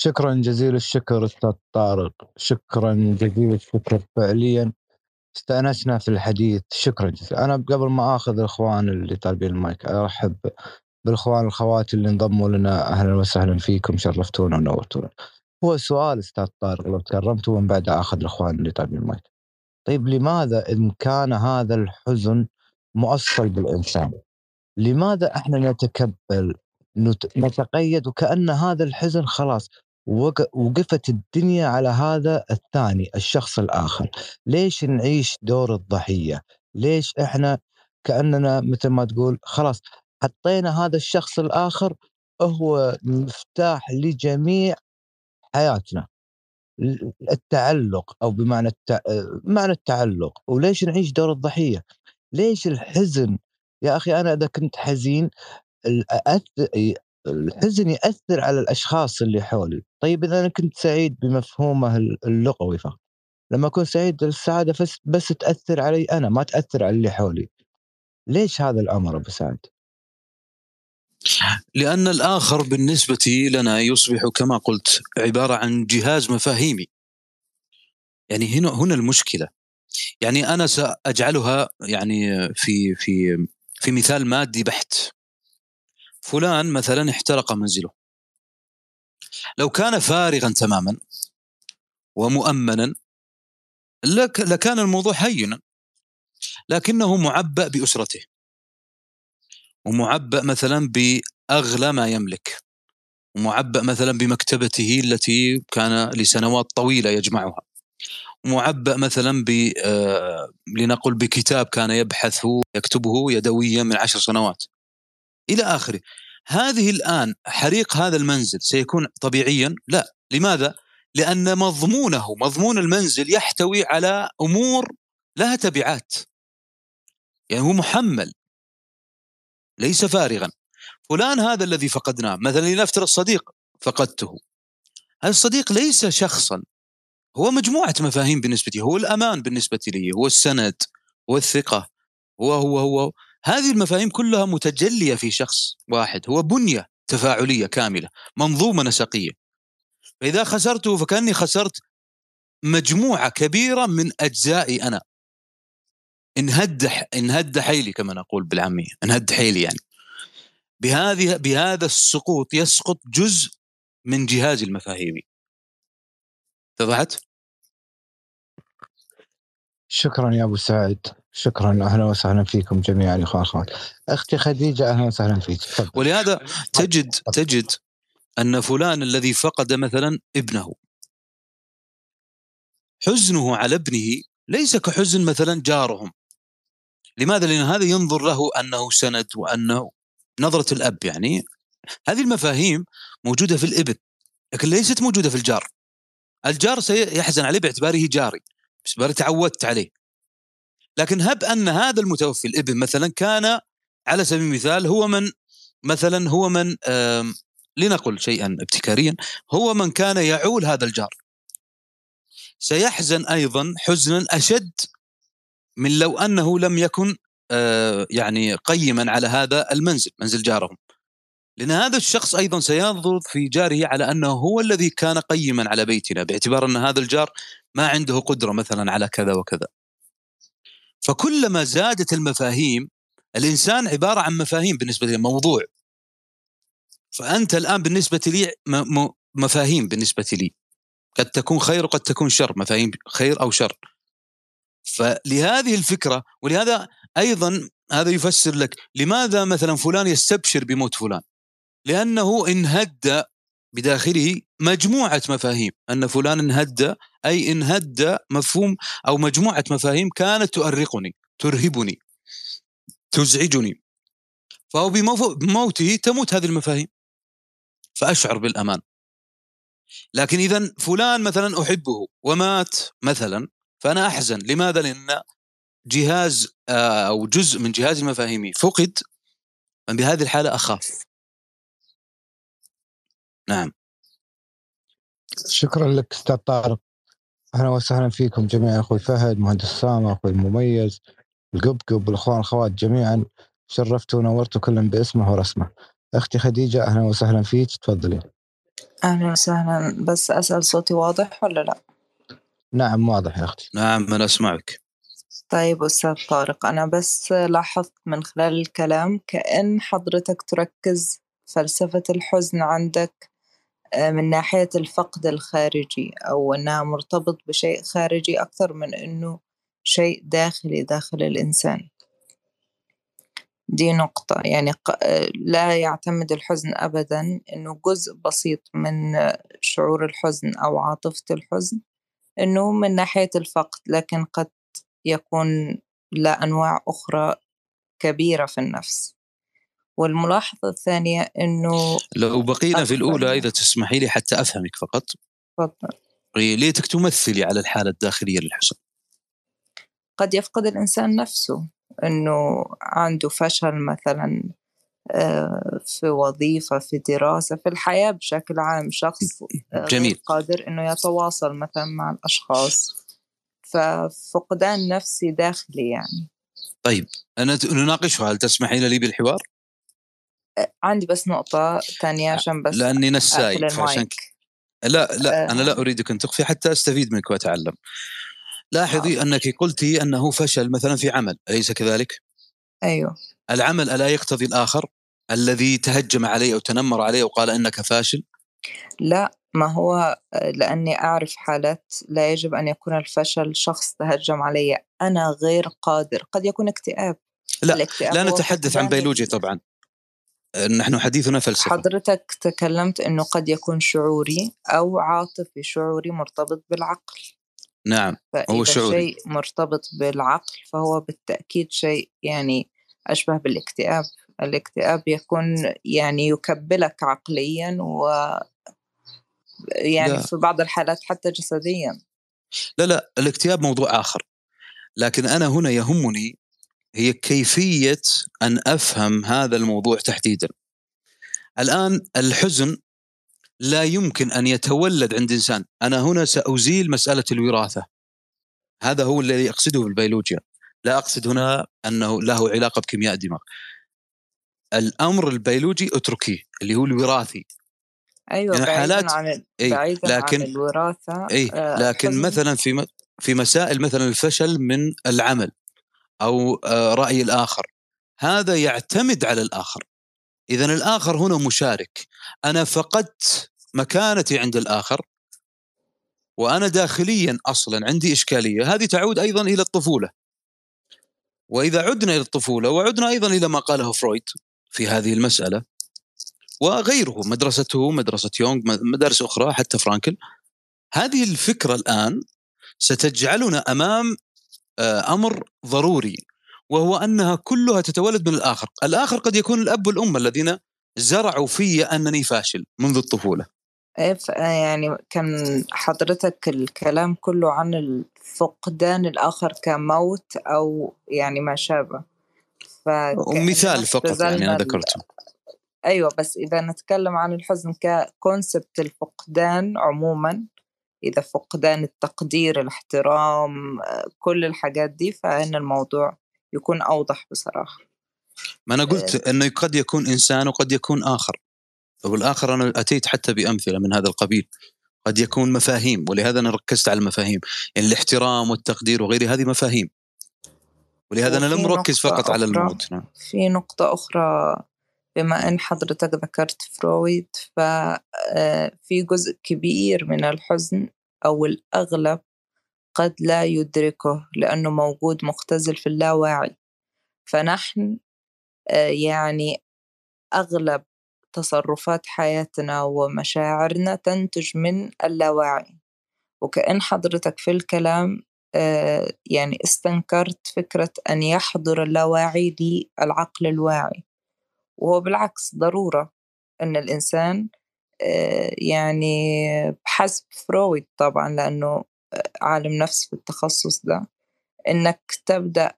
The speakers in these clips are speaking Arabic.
شكرا جزيل الشكر أستاذ طارق، شكرا جزيل الشكر فعليا. استأنسنا في الحديث، شكرا جزيلا. أنا قبل ما أخذ الإخوان اللي طالبين المايك أرحب بالإخوان الأخوات اللي انضموا لنا، أهلا وسهلا فيكم، شرفتونا ونورتونا. هو سؤال أستاذ طارق لو تكرمتوا ومن بعد أخذ الإخوان اللي طالبين المايك. طيب لماذا إن كان هذا الحزن مؤصل بالإنسان، لماذا احنا نتكبل نتقيد وكأن هذا الحزن خلاص وقفت الدنيا على هذا الثاني الشخص الآخر؟ ليش نعيش دور الضحية؟ ليش احنا كأننا مثل ما تقول خلاص حطينا هذا الشخص الآخر هو مفتاح لجميع حياتنا، التعلق أو معنى التعلق. وليش نعيش دور الضحية؟ ليش الحزن يا أخي؟ أنا إذا كنت حزين الحزن يأثر على الأشخاص اللي حولي. طيب إذا أنا كنت سعيد بمفهومه اللغوي فقط، لما أكون سعيد السعادة بس تأثر علي أنا، ما تأثر على اللي حولي. ليش هذا الأمر أبو سعد؟ لأن الآخر بالنسبة لنا يصبح كما قلت عبارة عن جهاز مفاهيمي. يعني هنا المشكلة. يعني أنا سأجعلها يعني في مثال مادي بحت. فلان مثلا احترق منزله، لو كان فارغا تماما ومؤمنا لكان الموضوع هينا، لكنه معبأ بأسرته، ومعبأ مثلا بأغلى ما يملك، ومعبأ مثلا بمكتبته التي كان لسنوات طويلة يجمعها، ومعبأ مثلا لنقل بكتاب كان يبحث يكتبه يدويا من 10 سنوات إلى آخره. هذه الآن حريق هذا المنزل سيكون طبيعيا؟ لا. لماذا؟ لأن مضمون المنزل يحتوي على أمور لها تبعات، يعني هو محمل ليس فارغا. فلان هذا الذي فقدناه مثلا، لنفترض الصديق فقدته، هذا الصديق ليس شخصا، هو مجموعة مفاهيم بالنسبة لي. هو الأمان بالنسبة لي، هو السند، هو الثقة، هو هذه المفاهيم كلها متجلية في شخص واحد، هو بنية تفاعلية كاملة، منظومة نسقية. فإذا خسرته فكأني خسرت مجموعة كبيرة من أجزائي أنا. انهد حيلي كما نقول بالعامية، انهد حيلي. يعني بهذا السقوط يسقط جزء من جهاز المفاهيمي. اتضحت؟ شكرا يا أبو سعد، شكرا. أهلا وسهلا فيكم جميعا يا أخوان. أختي خديجة أهلا وسهلا فيك. ولهذا تجد أن فلان الذي فقد مثلا ابنه، حزنه على ابنه ليس كحزن مثلا جارهم. لماذا؟ لأن هذا ينظر له أنه سند، وأنه نظرة الأب. يعني هذه المفاهيم موجودة في الابن لكن ليست موجودة في الجار. الجار سيحزن عليه باعتباره جاري، باعتباره تعودت عليه. لكن هب أن هذا المتوفي الابن مثلا كان على سبيل المثال هو من لنقل شيئا ابتكاريا، هو من كان يعول هذا الجار، سيحزن أيضا حزنا أشد من لو أنه لم يكن يعني قيما على هذا المنزل، منزل جارهم. لأن هذا الشخص أيضا سينظر في جاره على أنه هو الذي كان قيما على بيتنا، باعتبار أن هذا الجار ما عنده قدرة مثلا على كذا وكذا. فكلما زادت المفاهيم، الإنسان عبارة عن مفاهيم بالنسبة لي، موضوع. فأنت الآن بالنسبة لي مفاهيم بالنسبة لي، قد تكون خير وقد تكون شر، مفاهيم خير أو شر. فلهذه الفكرة، ولهذا أيضا هذا يفسر لك لماذا مثلا فلان يستبشر بموت فلان، لأنه انهد بداخله مجموعة مفاهيم أن فلان انهد، أي انهد مفهوم أو مجموعة مفاهيم كانت تؤرقني، ترهبني، تزعجني. فهو بموته تموت هذه المفاهيم فأشعر بالأمان. لكن إذا فلان مثلا أحبه ومات مثلا فأنا أحزن. لماذا؟ لأن جهاز أو جزء من جهاز المفاهيمي فقد، من بهذه الحالة أخاف. نعم. شكرا لك أستاذ طارق، أهلا وسهلا فيكم جميعا. أخوي فهد، مهندس سامة، أخوي المميز، القبقب، والأخوان الأخوات جميعا، شرفتوا ونورتوا كلهم باسمه ورسمه. أختي خديجة أهلا وسهلا فيك، تفضلي. أهلا وسهلا، بس أسأل صوتي واضح ولا لا؟ نعم واضح يا أختي. نعم أنا أسمعك. طيب أستاذ طارق، أنا بس لاحظت من خلال الكلام كأن حضرتك تركز فلسفة الحزن عندك من ناحية الفقد الخارجي، أو أنها مرتبط بشيء خارجي أكثر من أنه شيء داخلي داخل الإنسان. دي نقطة، يعني لا يعتمد الحزن أبدا أنه جزء بسيط من شعور الحزن أو عاطفة الحزن أنه من ناحية الفقد، لكن قد يكون لا أنواع أخرى كبيرة في النفس. والملاحظة الثانية أنه لو بقينا في الأولى أكبر. إذا تسمحي لي حتى أفهمك فقط، تفضل. ليتك تمثلي على الحالة الداخلية للحزن. قد يفقد الإنسان نفسه، أنه عنده فشل مثلا في وظيفة، في دراسة، في الحياة بشكل عام، شخص غير جميل. قادر أنه يتواصل مثلا مع الأشخاص، ففقدان نفسي داخلي يعني. طيب أنا نناقشها، هل تسمحين لي بالحوار؟ عندي بس نقطة تانية عشان بس لأني نساي أقفل فعشان المايك. لا أنا لا آه، أريدك أن تخفي حتى أستفيد منك وأتعلم. لاحظي حاضر. أنك قلتي أنه فشل مثلا في عمل، أليس كذلك؟ أيوه. العمل ألا يقتضي الآخر الذي تهجم عليه أو تنمر عليه وقال إنك فاشل؟ لا، ما هو لأني أعرف حالات لا يجب أن يكون الفشل شخص تهجم علي، أنا غير قادر، قد يكون اكتئاب. لا الاكتئاب لا هو نتحدث عن فقدان بيولوجي طبعا، نحن حديثنا فلسفة. حضرتك تكلمت إنه قد يكون شعوري أو عاطفي، شعوري مرتبط بالعقل، نعم هو فإذا شعوري. شيء مرتبط بالعقل فهو بالتأكيد شيء يعني أشبه بالاكتئاب. الاكتئاب يكون يعني يكبلك عقليا، ويعني لا في بعض الحالات حتى جسديا. لا الاكتئاب موضوع آخر، لكن أنا هنا يهمني هي كيفية أن أفهم هذا الموضوع تحديدا. الآن الحزن لا يمكن أن يتولد عند إنسان، أنا هنا سأزيل مسألة الوراثة، هذا هو الذي أقصده بالبيولوجيا، لا أقصد هنا أنه له علاقة بكيمياء الدماغ. الأمر البيولوجي أتركيه اللي هو الوراثي. أيوة، يعني بعيدا حالات عن أي بعيدا عن لكن الوراثة. لكن الحزن. مثلا في مسائل مثلا الفشل من العمل أو رأي الآخر، هذا يعتمد على الآخر. إذن الآخر هنا مشارك، أنا فقدت مكانتي عند الآخر وأنا داخليا أصلا عندي إشكالية، هذه تعود أيضا إلى الطفولة. وإذا عدنا إلى الطفولة وعدنا أيضا إلى ما قاله فرويد في هذه المسألة وغيره، مدرسته مدرسة يونغ، مدارس أخرى حتى فرانكل، هذه الفكرة الآن ستجعلنا أمام أمر ضروري، وهو أنها كلها تتولد من الآخر. الآخر قد يكون الأب والأم الذين زرعوا في أنني فاشل منذ الطفولة. يعني كان حضرتك الكلام كله عن الفقدان الآخر كموت أو يعني ما شابه، فكأننا مثال فقط يعني أنا اختزلنا ذكرته. أيوة، بس إذا نتكلم عن الحزن ككونسبت الفقدان عموما، إذا فقدان التقدير، الاحترام، كل الحاجات دي، فإن الموضوع يكون أوضح بصراحة. ما أنا قلت أنه قد يكون إنسان وقد يكون آخر، والآخر أنا أتيت حتى بأمثلة من هذا القبيل. قد يكون مفاهيم، ولهذا أنا ركزت على المفاهيم، يعني الاحترام والتقدير وغيره، هذه مفاهيم، ولهذا أنا لم وفي أركز فقط نقطة على أخرى الموت. نعم. في نقطة أخرى بما أن حضرتك ذكرت فرويد، ففي جزء كبير من الحزن أو الأغلب قد لا يدركه لأنه موجود مختزل في اللاواعي. فنحن يعني أغلب تصرفات حياتنا ومشاعرنا تنتج من اللاواعي. وكأن حضرتك في الكلام يعني استنكرت فكرة أن يحضر اللاواعي للعقل الواعي، وهو بالعكس ضرورة أن الإنسان يعني بحسب فرويد طبعا، لأنه عالم نفس في التخصص ده، إنك تبدأ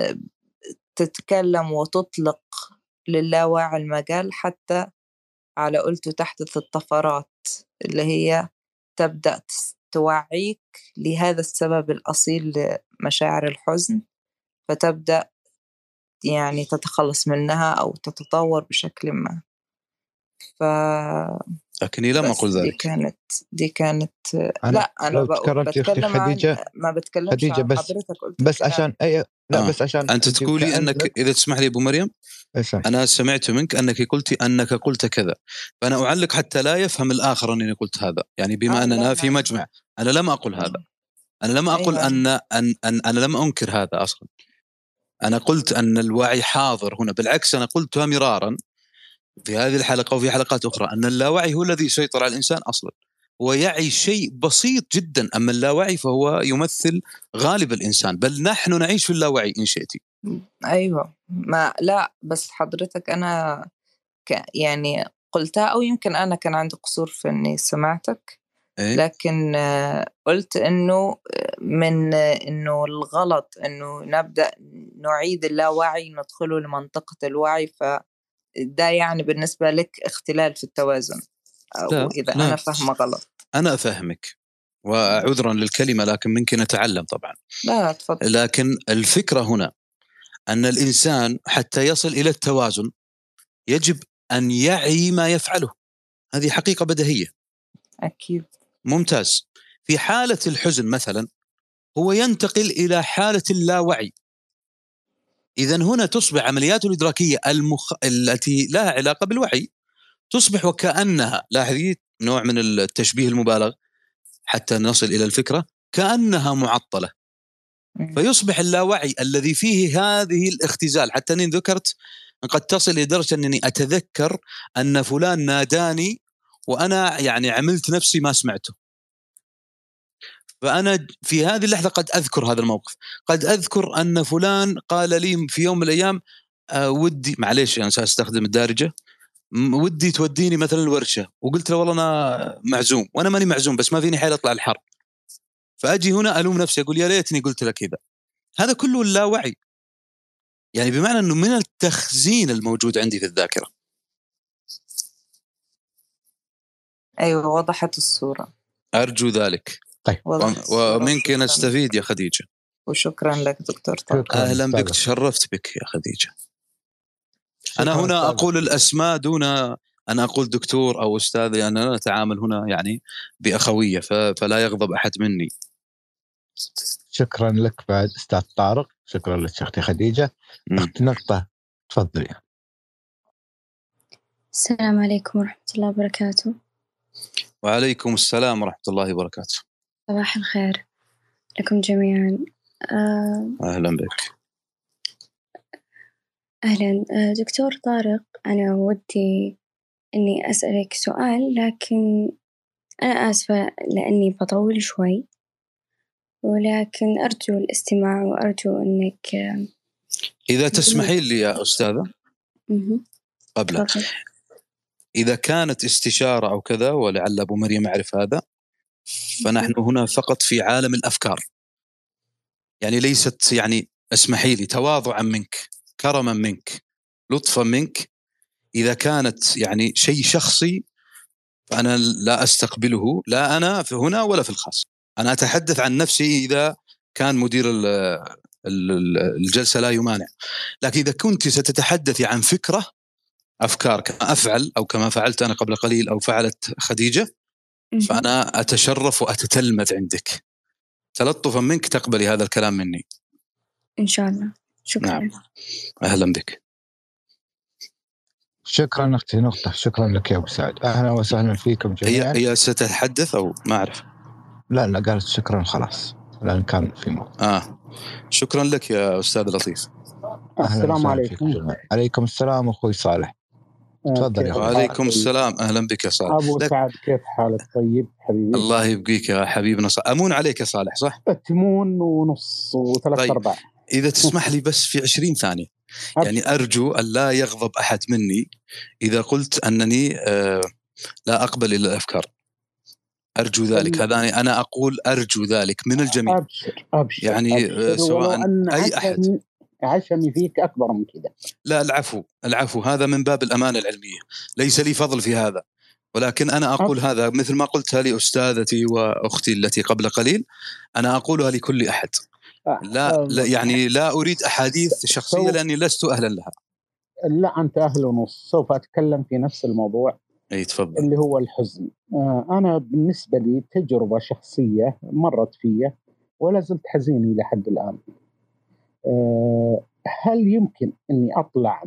تتكلم وتطلق للاواعي المجال حتى على قولته تحدث الطفرات اللي هي تبدأ توعيك لهذا السبب الأصيل لمشاعر الحزن، فتبدأ يعني تتخلص منها أو تتطور بشكل ما. لكني لم أقل ذلك. دي كانت أنا لا، لو تكرمت يا أختي بتكلم عن، خديجة، ما بتكلمش خديجة عن بس حضرتك قلت بس الكلام. عشان لا بس عشان أنت تقولي أنك، إذا تسمح لي أبو مريم، أنا سمعت منك أنك قلت كذا، فأنا أعلق حتى لا يفهم الآخر أنني قلت هذا، يعني بما أننا في مجمع. أنا لم أقل هذا، أنا لم أقل أنا لم أنكر هذا أصلا. أنا قلت أن الوعي حاضر هنا، بالعكس أنا قلتها مرارا في هذه الحلقة وفي حلقات أخرى، أن اللاوعي هو الذي يسيطر على الإنسان أصلا، ويعي شيء بسيط جدا، أما اللاوعي فهو يمثل غالب الإنسان، بل نحن نعيش في اللاوعي إن شئتي. أيوة، ما لا بس حضرتك أنا يعني قلتها، أو يمكن أنا كان عندي قصور في أني سمعتك. لكن قلت إنه إنه الغلط إنه نبدأ نعيد اللاوعي ندخله لمنطقة الوعي، فده يعني بالنسبة لك اختلال في التوازن، أو إذا أنا فاهمة غلط. أنا أفهمك وعذرا للكلمة، لكن منك نتعلم طبعا. لا تفضل. لكن الفكرة هنا أن الإنسان حتى يصل إلى التوازن يجب أن يعي ما يفعله، هذه حقيقة بديهية. أكيد. ممتاز. في حالة الحزن مثلا هو ينتقل إلى حالة اللاوعي، إذن هنا تصبح عملياته الإدراكية التي لها علاقة بالوعي تصبح وكأنها، لاحظي نوع من التشبيه المبالغ حتى نصل إلى الفكرة، كأنها معطلة. فيصبح اللاوعي الذي فيه هذه الاختزال، حتى أني ذكرت قد تصل لدرجة أنني أتذكر أن فلان ناداني وأنا يعني عملت نفسي ما سمعته، فأنا في هذه اللحظة قد أذكر هذا الموقف، قد أذكر أن فلان قال لي في يوم من الأيام ودي، معليش أنا سأستخدم الدارجة، ودي توديني مثلا الورشة، وقلت له والله أنا معزوم، وأنا ماني معزوم بس ما فيني حيل أطلع الحر، فأجي هنا ألوم نفسي أقول يا ليتني قلت لك كذا. هذا كله اللاوعي، يعني بمعنى أنه من التخزين الموجود عندي في الذاكرة. أيوة وضحت الصورة، أرجو ذلك. طيب. ومنك نستفيد يا خديجة. وشكرا لك دكتور طارق. أهلا بك، تشرفت بك يا خديجة. أنا هنا أقول الأسماء دون أن أقول دكتور أو أستاذ، لأن أنا نتعامل هنا يعني بأخوية، فلا يغضب أحد مني. شكرا لك بعد أستاذ طارق، شكرا لك أختي خديجة. أخت نقطة تفضلي. السلام عليكم ورحمة الله وبركاته. وعليكم السلام ورحمة الله وبركاته. صباح الخير لكم جميعا. أهلا بك. أهلا دكتور طارق، أنا ودي أني أسألك سؤال، لكن أنا آسفة لأني بطول شوي، ولكن أرجو الاستماع وأرجو أنك إذا تسمحين لي يا أستاذة قبل، إذا كانت استشارة أو كذا، ولعل أبو مريم يعرف هذا، فنحن هنا فقط في عالم الأفكار، يعني ليست، يعني اسمحي لي تواضعا منك، كرما منك، لطفا منك، إذا كانت يعني شيء شخصي فأنا لا أستقبله، لا أنا في هنا ولا في الخاص. أنا أتحدث عن نفسي إذا كان مدير الجلسة لا يمانع، لكن إذا كنت ستتحدثي عن فكرة، أفكار كما أفعل أو كما فعلت أنا قبل قليل أو فعلت خديجة، فأنا أتشرف وأتتلمذ عندك، تلطفا منك تقبلي هذا الكلام مني إن شاء الله. شكرا. نعم. أهلا بك. شكرا أختي نقطة، شكرا لك يا أبو سعد، أهلا وسهلا فيكم جميعا. هي ستتحدث أو ما أعرف؟ لا قالت شكرا خلاص، لأن كان في موضوع. شكرا لك يا أستاذ لطيف. السلام عليكم. عليكم السلام أخوي صالح، تفضل يا أخوي. وعليكم السلام، أهلا بك يا صالح. أبو سعد كيف حالك؟ طيب حبيبي. الله يبقيك يا حبيبنا. أمون عليك يا صالح صح؟ تمون ونص وثلاث طيب. أرباع. إذا تسمح لي بس في 20 ثانية، يعني أرجو أن لا يغضب أحد مني إذا قلت أنني لا أقبل إلا الأفكار، أرجو ذلك. هذا أنا أقول أرجو ذلك من الجميع. أبشر يعني أبشر. سواء أن أي أحد. عشمي فيك أكبر من كذا. لا العفو، هذا من باب الأمانة العلمية، ليس لي فضل في هذا، ولكن أنا أقول هذا مثل ما قلتها لأستاذتي وأختي التي قبل قليل، أنا أقولها لكل أحد. لا يعني لا أريد أحاديث شخصية لأني لست أهلا لها. لا أنت أهل ونص. سوف أتكلم في نفس الموضوع أي تفضل. اللي هو الحزن. أنا بالنسبة لي تجربة شخصية مرت فيها ولا زلت حزين إلى حد الآن. هل يمكن إني أطلع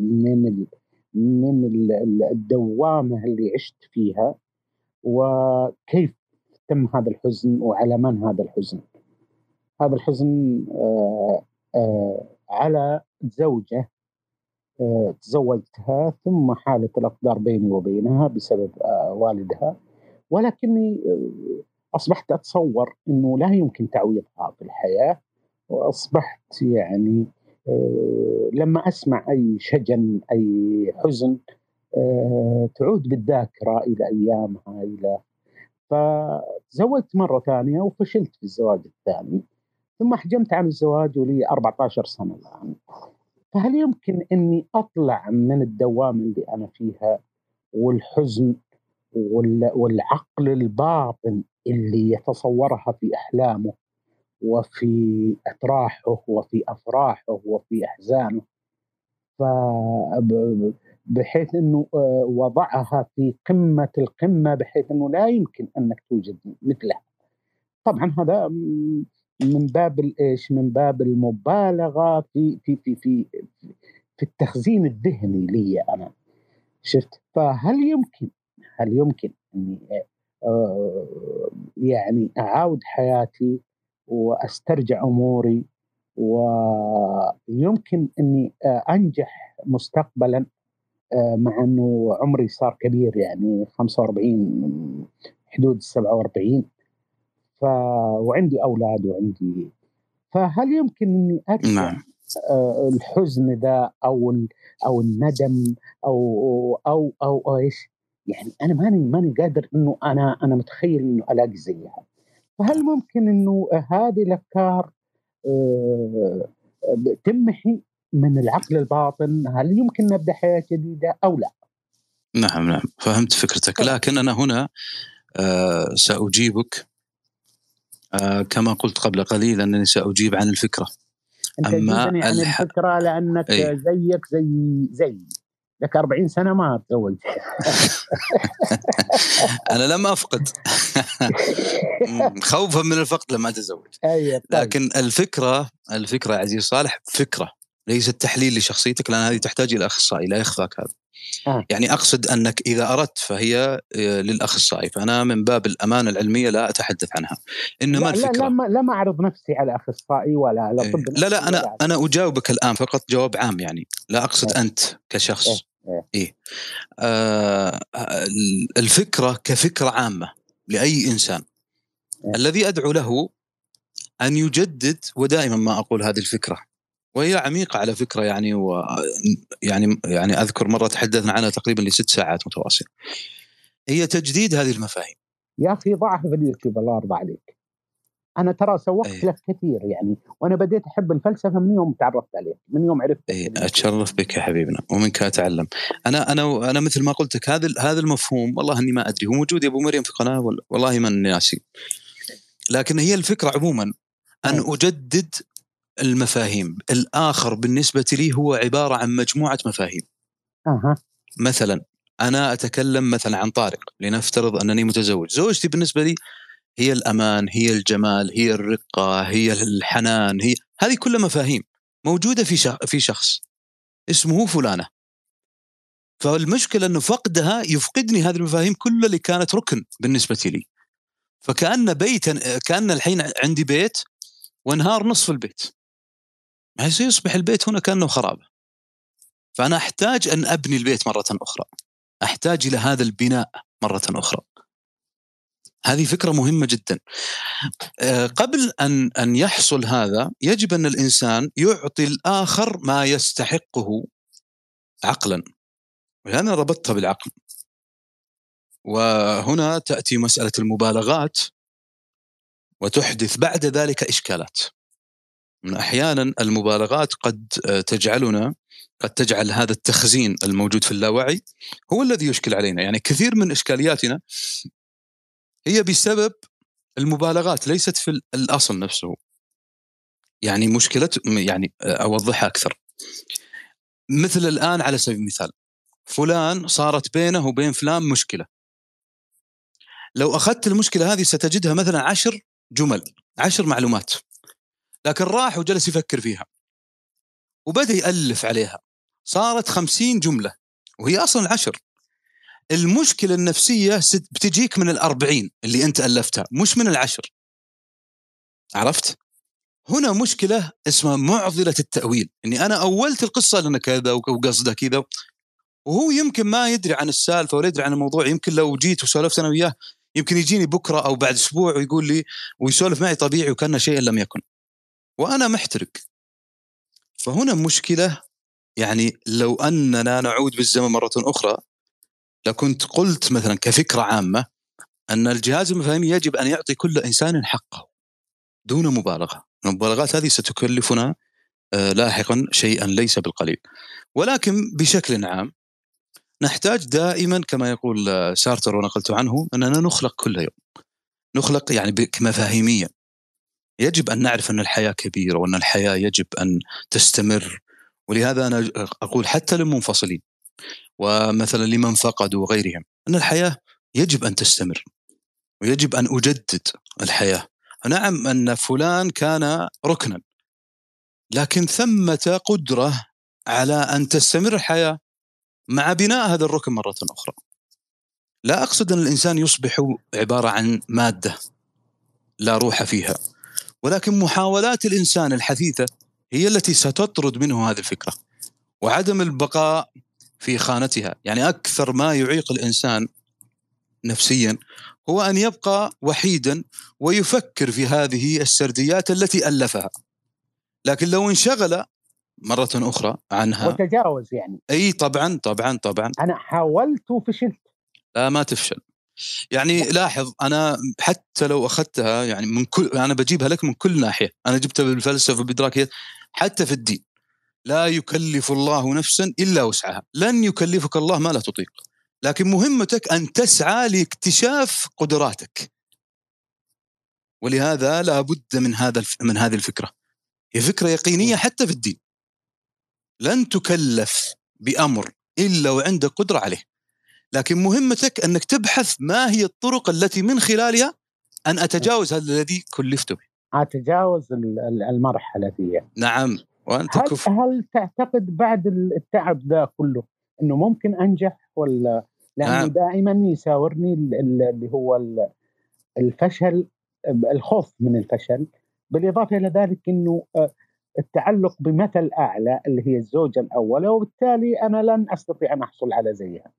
من الدوامة اللي عشت فيها؟ وكيف تم هذا الحزن وعلى من هذا الحزن؟ هذا الحزن على زوجة تزوجتها ثم حالت الأقدار بيني وبينها بسبب والدها، ولكني أصبحت أتصور أنه لا يمكن تعويضها في الحياة. وأصبحت يعني لما أسمع أي شجن أي حزن تعود بالذاكرة إلى أيامها فتزوجت مرة ثانية وفشلت في الزواج الثاني، ثم حجمت عن الزواج ولي 14 سنة الآن. فهل يمكن أني أطلع من الدوام اللي أنا فيها والحزن والعقل الباطن اللي يتصورها في أحلامه وفي أتراحه وفي أفراحه وفي أحزانه، بحيث أنه وضعها في قمة القمة بحيث أنه لا يمكن أنك توجد مثلها؟ طبعا هذا من باب الإيش، من باب المبالغة في التخزين الذهني لي أنا. شفت؟ فهل يمكن أني يعني أعاود حياتي وأسترجع أموري، ويمكن أني أنجح مستقبلا مع أنه عمري صار كبير يعني 45 حدود 47، وعندي أولاد وعندي. فهل يمكن أني أرجع الحزن ذا أو الندم أو إيش؟ يعني أنا ماني قادر إنه أنا متخيل إنه ألاقي زيها. فهل ممكن إنه هذه الأفكار تمحي من العقل الباطن؟ هل يمكن نبدأ حياة جديدة أو لا؟ نعم فهمت فكرتك، لكن أنا هنا سأجيبك كما قلت قبل قليل أنني سأجيب عن الفكرة. أنت جيبني عن الفكرة لأنك زيك زي لك 40 سنة ما تزوج. أنا لم أفقد خوفا من الفقد لما أتزوج. لكن الفكرة عزيز صالح فكرة ليست تحليل لشخصيتك، لأن هذه تحتاج إلى أخصائي، لا يخفاك هذا. يعني أقصد أنك إذا أردت فهي للأخصائي، فأنا من باب الأمانة العلمية لا أتحدث عنها. إنما الفكرة لا ما أعرض نفسي على أخصائي ولا طب نفسي. لا أنا أجاوبك الآن فقط جواب عام، يعني لا أقصد أنت كشخص. الفكرة كفكرة عامة لأي إنسان الذي أدعو له أن يجدد، ودائما ما أقول هذه الفكرة وهي عميقة على فكرة، يعني أذكر مرة تحدثنا عنها تقريبا ل6 ساعات متواصلة، هي تجديد هذه المفاهيم. يا أخي ضعها في اليوتيوب الله يرضى عليك. أنا ترى سوقت لك كثير يعني، وأنا بديت أحب الفلسفة من يوم تعرفت عليك، من يوم عرفت. أتشرف بك يا حبيبنا ومنك أتعلم. أنا مثل ما قلت لك هذا المفهوم والله إني ما أدري، هو موجود يا أبو مريم في قناة والله ما ناسي، لكن هي الفكرة عموما أن أجدد المفاهيم. الآخر بالنسبة لي هو عبارة عن مجموعة مفاهيم. مثلا أنا أتكلم مثلا عن طارق، لنفترض أنني متزوج، زوجتي بالنسبة لي هي الأمان، هي الجمال، هي الرقة، هي الحنان، هذه كلها مفاهيم موجودة في شخص اسمه فلانة. فالمشكلة أنه فقدها يفقدني هذه المفاهيم كلها اللي كانت ركن بالنسبة لي، كأن الحين عندي بيت وانهار نصف البيت، ما سيصبح البيت هنا كأنه خرابة. فأنا أحتاج أن أبني البيت مرة أخرى، أحتاج إلى هذا البناء مرة أخرى. هذه فكرة مهمة جدا. قبل أن يحصل هذا يجب أن الإنسان يعطي الآخر ما يستحقه عقلا، وأنا ربطتها بالعقل. وهنا تأتي مسألة المبالغات وتحدث بعد ذلك إشكالات. أحيانا المبالغات قد تجعل هذا التخزين الموجود في اللاوعي هو الذي يشكل علينا. يعني كثير من إشكالياتنا هي بسبب المبالغات، ليست في الأصل نفسه. يعني مشكلة، يعني أوضحها أكثر. مثل الآن على سبيل المثال، فلان صارت بينه وبين فلان مشكلة، لو أخذت المشكلة هذه ستجدها مثلا 10 جمل، 10 معلومات، لكن راح وجلس يفكر فيها وبدأ يألف عليها، صارت 50 جملة وهي أصلا 10. المشكلة النفسية بتجيك من 40 اللي أنت ألفتها، مش من 10. عرفت؟ هنا مشكلة اسمها معضلة التأويل، إني أنا أولت القصة لأن كذا وقصده كذا، وهو يمكن ما يدري عن السالفة ولا يدري عن الموضوع. يمكن لو جيت وسولفت أنا وياه يمكن يجيني بكرة أو بعد أسبوع ويقول لي ويسولف معي طبيعي وكأنه شيء لم يكن، وأنا محترق. فهنا مشكلة. يعني لو أننا نعود بالزمن مرة أخرى لكنت قلت مثلا كفكرة عامة أن الجهاز المفاهيمي يجب أن يعطي كل إنسان حقه دون مبالغة. المبالغات هذه ستكلفنا لاحقا شيئا ليس بالقليل. ولكن بشكل عام نحتاج دائما كما يقول سارتر ونقلت عنه أننا نخلق كل يوم، نخلق يعني مفاهيميا. يجب أن نعرف أن الحياة كبيرة وأن الحياة يجب أن تستمر. ولهذا أنا أقول حتى للمنفصلين ومثلا لمن فقدوا وغيرهم أن الحياة يجب أن تستمر ويجب أن أجدد الحياة. نعم أن فلان كان ركنا، لكن ثمة قدرة على أن تستمر الحياة مع بناء هذا الركن مرة أخرى. لا أقصد أن الإنسان يصبح عبارة عن مادة لا روح فيها، ولكن محاولات الإنسان الحثيثة هي التي ستطرد منه هذه الفكرة وعدم البقاء في خانتها. يعني أكثر ما يعيق الإنسان نفسيا هو أن يبقى وحيدا ويفكر في هذه السرديات التي ألفها، لكن لو انشغل مرة أخرى عنها وتجاوز يعني. أي طبعا طبعا طبعا. أنا حاولت وفشلت. لا ما تفشل. يعني لاحظ أنا حتى لو أخذتها يعني من كل، أنا بجيبها لك من كل ناحية. أنا جبتها بالفلسفة بالإدراكيات حتى في الدين. لا يكلف الله نفسا إلا وسعها، لن يكلفك الله ما لا تطيق، لكن مهمتك أن تسعى لاكتشاف قدراتك. ولهذا لا بد من هذه الفكرة. هي فكرة يقينية حتى في الدين. لن تكلف بأمر إلا وعندك قدرة عليه، لكن مهمتك أنك تبحث ما هي الطرق التي من خلالها أن أتجاوز هذا الذي كلفت به. أتجاوز المرحلة دي. نعم. وأنت هل تعتقد بعد التعب ذا كله أنه ممكن أنجح ولا؟ لأنه نعم. دائما يساورني اللي هو الفشل، الخوف من الفشل، بالإضافة إلى ذلك أنه التعلق بمثل أعلى اللي هي الزوجة الأولى، وبالتالي أنا لن أستطيع أن أحصل على زيها.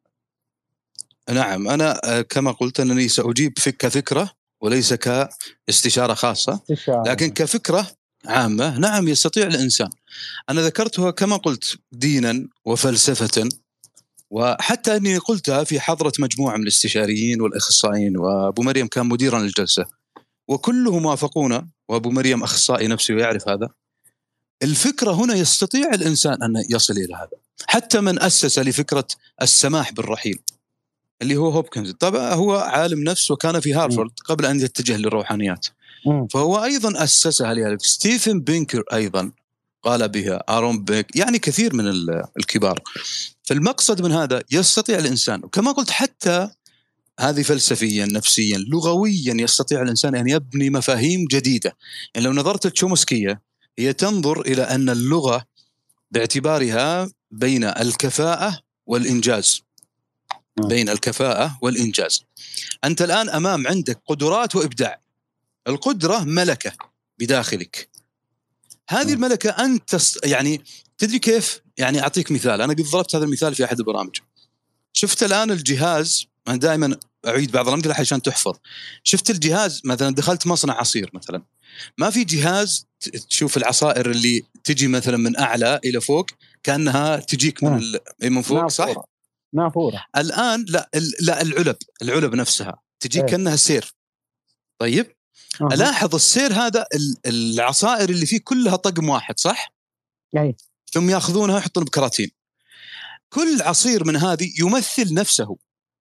نعم. أنا كما قلت أنني سأجيب كفكرة وليس كاستشارة خاصة، لكن كفكرة عامة. نعم يستطيع الإنسان. أنا ذكرتها كما قلت دينا وفلسفة، وحتى أني قلتها في حضرة مجموعة من الاستشاريين والأخصائيين، وأبو مريم كان مديرا للجلسة وكلهم وافقونا، وأبو مريم أخصائي نفسي ويعرف هذا. الفكرة هنا يستطيع الإنسان أن يصل إلى هذا. حتى من أسس لفكرة السماح بالرحيل اللي هو هوبكنز، طبعا هو عالم نفس وكان في هارفارد قبل أن يتجه للروحانيات، فهو أيضا أسسها لذلك. ستيفن بينكر أيضا قال بها، آرون بيك، يعني كثير من الكبار. فالمقصد من هذا يستطيع الإنسان، وكما قلت حتى هذه فلسفيا نفسيا لغويا يستطيع الإنسان أن يبني مفاهيم جديدة. يعني لو نظرت التشومسكية هي تنظر إلى أن اللغة باعتبارها بين الكفاءة والإنجاز، بين الكفاءة والإنجاز. أنت الآن أمام عندك قدرات وإبداع. القدرة ملكة بداخلك، هذه الملكة أنت يعني تدري كيف؟ يعني أعطيك مثال، أنا قد ضربت هذا المثال في أحد البرامج. شفت الآن الجهاز، أنا دائما أعيد بعض الأمثلة عشان تحفظ. شفت الجهاز مثلا، دخلت مصنع عصير مثلا، ما في جهاز تشوف العصائر اللي تجي مثلا من أعلى إلى فوق كأنها تجيك من فوق، صح؟ نافورة. الآن لا العلب نفسها تجيك كأنها سير. طيب ألاحظ السير هذا العصائر اللي فيه كلها طقم واحد، صح؟ ثم يأخذونها يحطون بكراتين. كل عصير من هذه يمثل نفسه،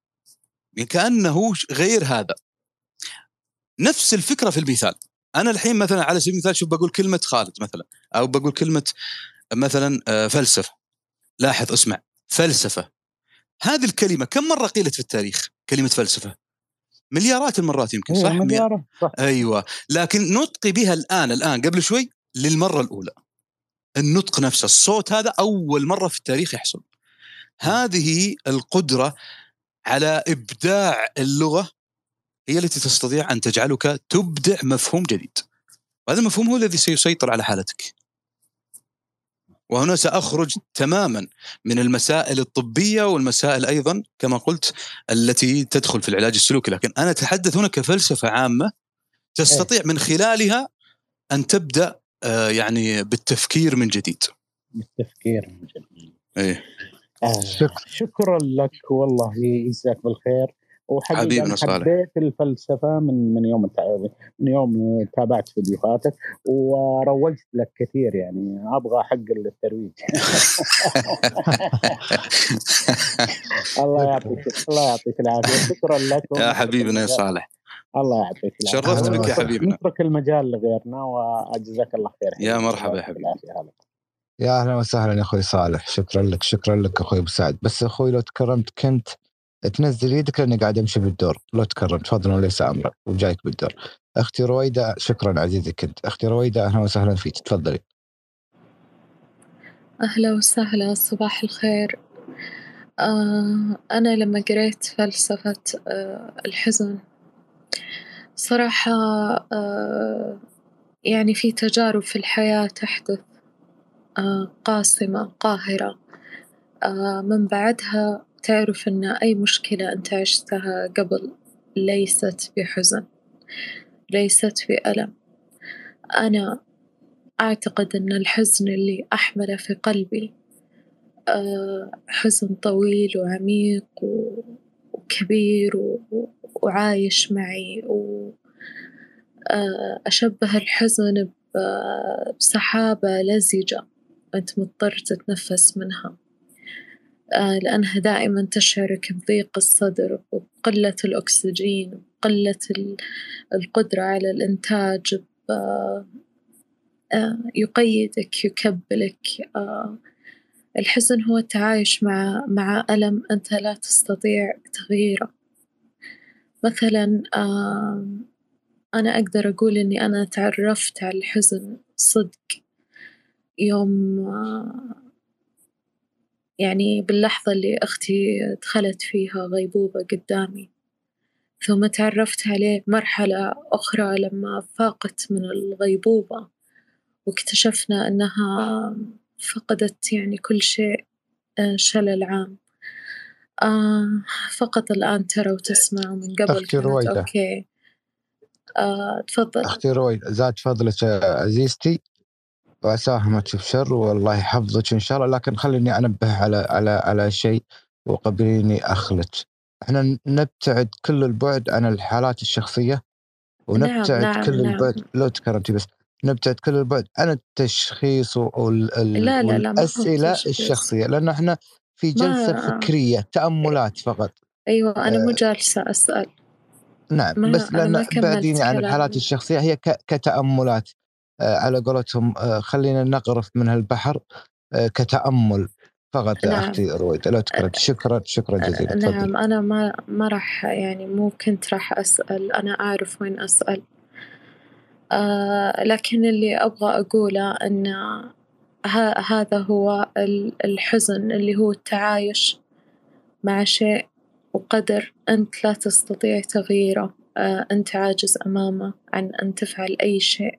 كأنه غير هذا. نفس الفكرة في المثال. أنا الحين مثلا على سبيل المثال شوف بقول كلمة خالد مثلا، أو بقول كلمة مثلا فلسفة. لاحظ، اسمع، فلسفة. هذه الكلمة كم مرة قيلت في التاريخ كلمة فلسفة؟ مليارات المرات يمكن، صح؟ مليارات صح. أيوة، لكن نطقي بها الآن قبل شوي للمرة الأولى. النطق نفسه، الصوت هذا أول مرة في التاريخ يحصل. هذه القدرة على إبداع اللغة هي التي تستطيع أن تجعلك تبدع مفهوم جديد. وهذا المفهوم هو الذي سيسيطر على حالتك. وهنا سأخرج تماما من المسائل الطبية والمسائل أيضا كما قلت التي تدخل في العلاج السلوكي، لكن أنا أتحدث هنا كفلسفة عامة تستطيع من خلالها أن تبدأ يعني بالتفكير من جديد. إيه. شكرا لك والله، يجزاك بالخير. وحقيقة أنا حبيت الفلسفة من يوم تابعت فيديوهاتك وروجت لك كثير، يعني أبغى حق الترويج. الله يعطيك العافية. شكرا لك يا حبيبنا يا صالح. الله يعطيك العافية. شرفت بك يا حبيبنا. نترك المجال لغيرنا وأجزاك الله خير. يا مرحبا يا حبيبي. يا أهلا وسهلا يا أخوي صالح. شكرا لك أخوي أبو سعد. بس أخوي لو تكرمت كنت تنزل يدك لأني قاعد أمشي بالدور. لو تكرمت تفضل وليس أمرك وجايك بالدور. أختي رويدة، شكرا عزيزي كنت. أختي رويدة أهلا وسهلا فيك، تفضلي. أهلا وسهلا، صباح الخير. أنا لما قريت فلسفة الحزن صراحة يعني في تجارب في الحياة تحدث قاسمة قاهرة، من بعدها تعرف أن أي مشكلة أنت عشتها قبل ليست بحزن، ليست بألم. أنا أعتقد أن الحزن اللي أحمله في قلبي حزن طويل وعميق وكبير وعايش معي، وأشبه الحزن بسحابة لزجة أنت مضطر تتنفس منها، لأنها دائما تشعرك بضيق الصدر وبقلة الأكسجين وقلة القدرة على الإنتاج، يقيدك يكبلك. الحزن هو التعايش مع ألم أنت لا تستطيع تغييره. مثلا أنا أقدر أقول إني أنا تعرفت على الحزن صدق يوم يعني باللحظة اللي أختي دخلت فيها غيبوبة قدامي، ثم تعرفت عليه مرحلة أخرى لما فاقت من الغيبوبة واكتشفنا أنها فقدت يعني كل شيء، شلل عام. فقط الآن ترى وتسمع، ومن قبل أختي رويدة. أوكي. تفضل أختي رويدة، زاد فضلك عزيزتي وأساهمك في شر والله يحفظك إن شاء الله. لكن خليني أنبه على شيء وقبليني أخلك. إحنا نبتعد كل البعد عن الحالات الشخصية ونبتعد كل البعد. لو تكرمتي بس نبتعد كل البعد عن التشخيص والأسئلة الشخصية، لأن إحنا في جلسة فكرية تأملات فقط. أيوة أنا مو جالسة أسأل. نعم، بس لأن بعديني عن الحالات الشخصية هي كتأملات على قولتهم. خلينا نغرف من هالبحر كتأمل فقط. نعم. أختي رويدة لو تكرمت. شكرا جزيلا. نعم. أنا ما راح يعني مو كنت راح أسأل، أنا أعرف وين أسأل. لكن اللي أبغى أقوله أن هذا هو الحزن، اللي هو التعايش مع شيء وقدر أنت لا تستطيع تغييره، أنت عاجز أمامه عن أن تفعل أي شيء،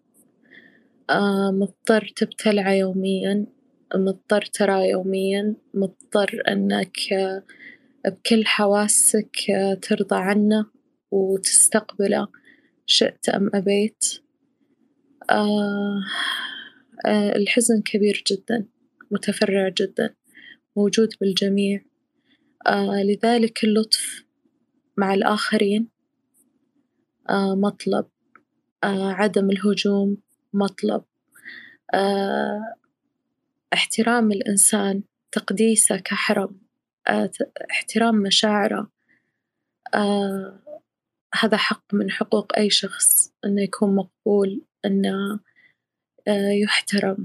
مضطر تبتلعه يوميا، مضطر تراه يوميا، مضطر أنك بكل حواسك ترضى عنه وتستقبله شئت أم أبيت. الحزن كبير جدا، متفرع جدا، موجود بالجميع. لذلك اللطف مع الآخرين مطلب، عدم الهجوم مطلب، احترام الإنسان، تقديسه كحرم، احترام مشاعره، هذا حق من حقوق أي شخص، أنه يكون مقبول، أنه يحترم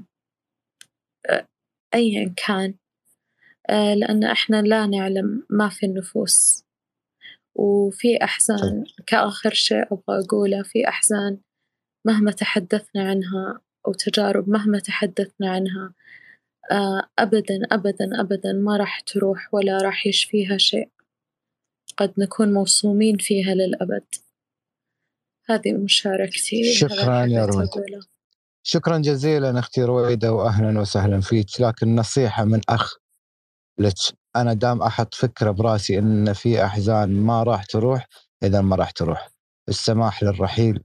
أيا كان، لأن إحنا لا نعلم ما في النفوس، وفي أحزان كآخر شيء أبغى أقوله، في أحزان مهما تحدثنا عنها أو تجارب مهما تحدثنا عنها أبدا أبدا أبدا ما راح تروح ولا راح يشفيها شيء، قد نكون موصومين فيها للأبد. هذه مشاركتي. شكرا يا رويدة، شكرا جزيلا أختي رويدة، وأهلا وسهلا فيك. لكن نصيحة من أخ لك، أنا دام أحط فكرة براسي إن في أحزان ما راح تروح، إذا ما راح تروح. السماح للرحيل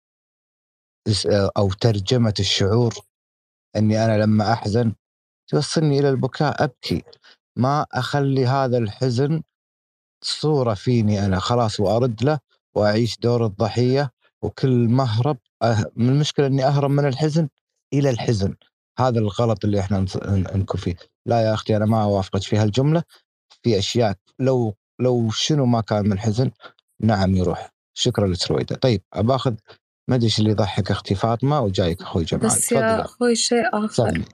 أو ترجمة الشعور أني أنا لما أحزن توصلني إلى البكاء، أبكي، ما أخلي هذا الحزن صورة فيني أنا خلاص، وأرد له وأعيش دور الضحية وكل مهرب. من المشكلة أني أهرب من الحزن إلى الحزن. هذا الغلط اللي إحنا نكون فيه. لا يا أختي، أنا ما أوافقك في هالجملة. في أشياء لو شنو ما كان من حزن نعم يروح. شكرا لك رويدة. طيب أباخذ ما أدري اللي يضحك أختي فاطمة، وجايك أخوي جمال. بس يا أخوي شيء آخر،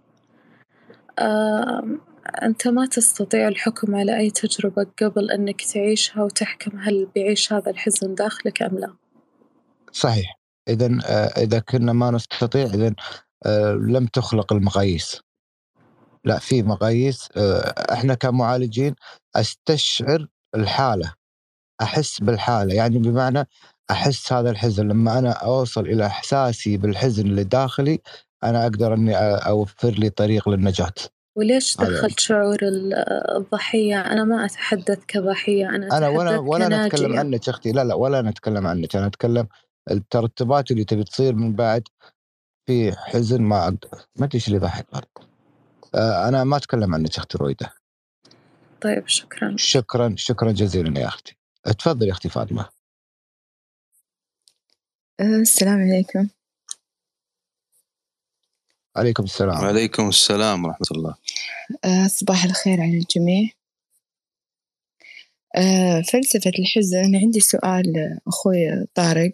أنت ما تستطيع الحكم على أي تجربة قبل أنك تعيشها وتحكم هل بيعيش هذا الحزن داخلك أم لا. صحيح. إذا كنا ما نستطيع، إذن لم تخلق المقاييس. لا، في مقاييس. إحنا كمعالجين أستشعر الحالة، أحس بالحالة، يعني بمعنى أحس هذا الحزن. لما أنا أوصل إلى إحساسي بالحزن اللي داخلي، أنا أقدر أني أوفر لي طريق للنجاة. وليش دخلت شعور الضحية؟ أنا ما أتحدث كضحية، أنا أتحدث ولا كناجية. نتكلم عنك أختي، لا ولا نتكلم عنك، أنا أتكلم الترتبات اللي تبي تصير من بعد في حزن. ما أقدر، ما أدري اللي ضحك. أنا ما أتكلم عنك أختي رويدة. طيب شكرا. شكرا جزيلا يا أختي. تفضل يا أختي فاطمة. السلام عليكم. عليكم السلام. وعليكم السلام ورحمة الله. صباح الخير على الجميع. فلسفة الحزن، عندي سؤال أخوي طارق،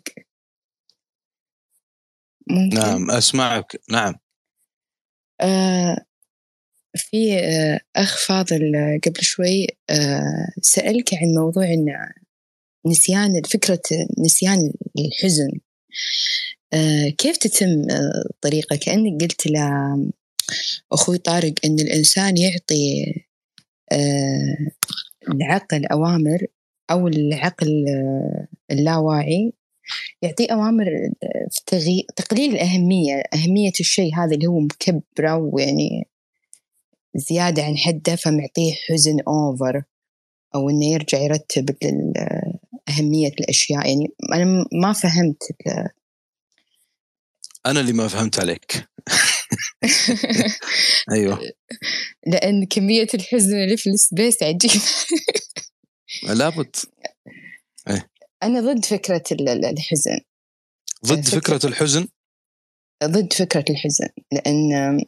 ممكن؟ نعم أسمعك. نعم. في أخ فاضل قبل شوي سألك عن موضوع إن فكرة نسيان الحزن، كيف تتم طريقة؟ كأنك قلت لأخوي طارق إن الإنسان يعطي العقل أوامر، أو العقل اللاواعي يعطي أوامر في تقليل أهمية الشيء هذا اللي هو مكبره ويعني زيادة عن حده، فمعطيه حزن أوفر، أو إنه يرجع يرتب أهمية الأشياء. يعني أنا ما فهمت. أنا اللي ما فهمت عليك. أيوة، لأن كمية الحزن اللي في السبيس عجيب. لابد. أنا ضد فكرة الحزن. ضد فكرة الحزن. ضد فكرة الحزن، لأن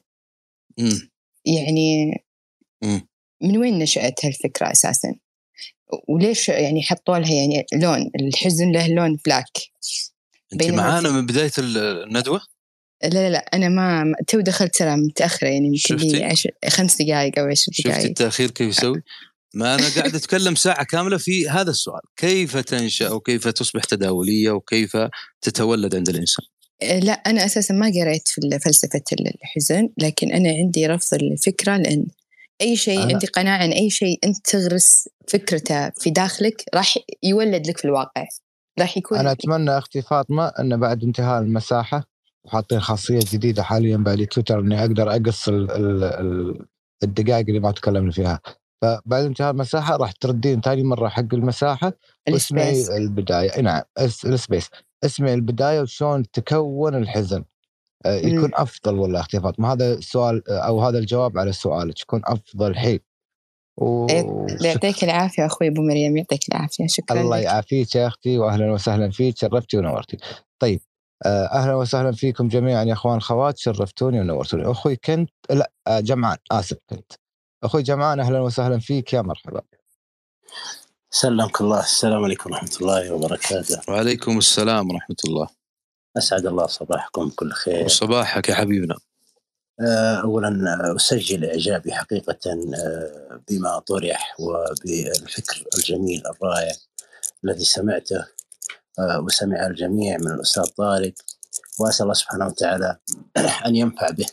يعني من وين نشأت هالفكرة أساساً؟ وليش يعني حطوا لها يعني لون الحزن له لون بلاك؟ أنت معانا من بداية الندوة؟ لا أنا ما تو دخلت سلام متأخرة، يعني يمكن لي 5 دقائق أو 10 دقائق. شفت التأخير كيف يسوي؟ ما أنا قاعد أتكلم ساعة كاملة في هذا السؤال، كيف تنشأ وكيف تصبح تداولية وكيف تتولد عند الإنسان. لا أنا أساسا ما قرأت في فلسفة الحزن، لكن أنا عندي رفض الفكرة، لأن أي شيء عندي قناعة أن أي شيء أنت تغرس فكرته في داخلك راح يولد لك في الواقع، راح يكون. أنا أتمنى أختي فاطمة أن بعد انتهاء المساحة، وحاطين خاصية جديدة حاليا بعد تويتر إني أقدر أقص الدقائق اللي ما تكلمنا فيها، فبعد انتهاء المساحة راح تردين تاني مرة حق المساحة واسمعي البداية. نعم، السبيس، اسمعي البداية وشون تكون الحزن. يكون أفضل. والله أختي فاطمة هذا السؤال أو هذا الجواب على سؤالك يكون أفضل حين. يعطيك العافية أخوي أبو مريم، يعطيك العافية. شكرا. الله يعافيك يا أختي، وأهلا وسهلا فيك، شرفتي ونورتي. طيب أهلا وسهلا فيكم جميعا يا أخوان خوات، شرفتوني ونورتوني. أخوي كنت جمعان، آسف كنت أخوي جمعان، أهلا وسهلا فيك، يا مرحبا. سلمك الله. السلام عليكم ورحمة الله وبركاته. وعليكم السلام ورحمة الله. أسعد الله صباحكم كل خير. وصباحك يا حبيبنا. أولا أسجل إعجابي حقيقة بما طرح وبالفكر الجميل الرائع، الذي سمعته وسمع الجميع من الأستاذ طارق، وأسأل الله سبحانه وتعالى أن ينفع به.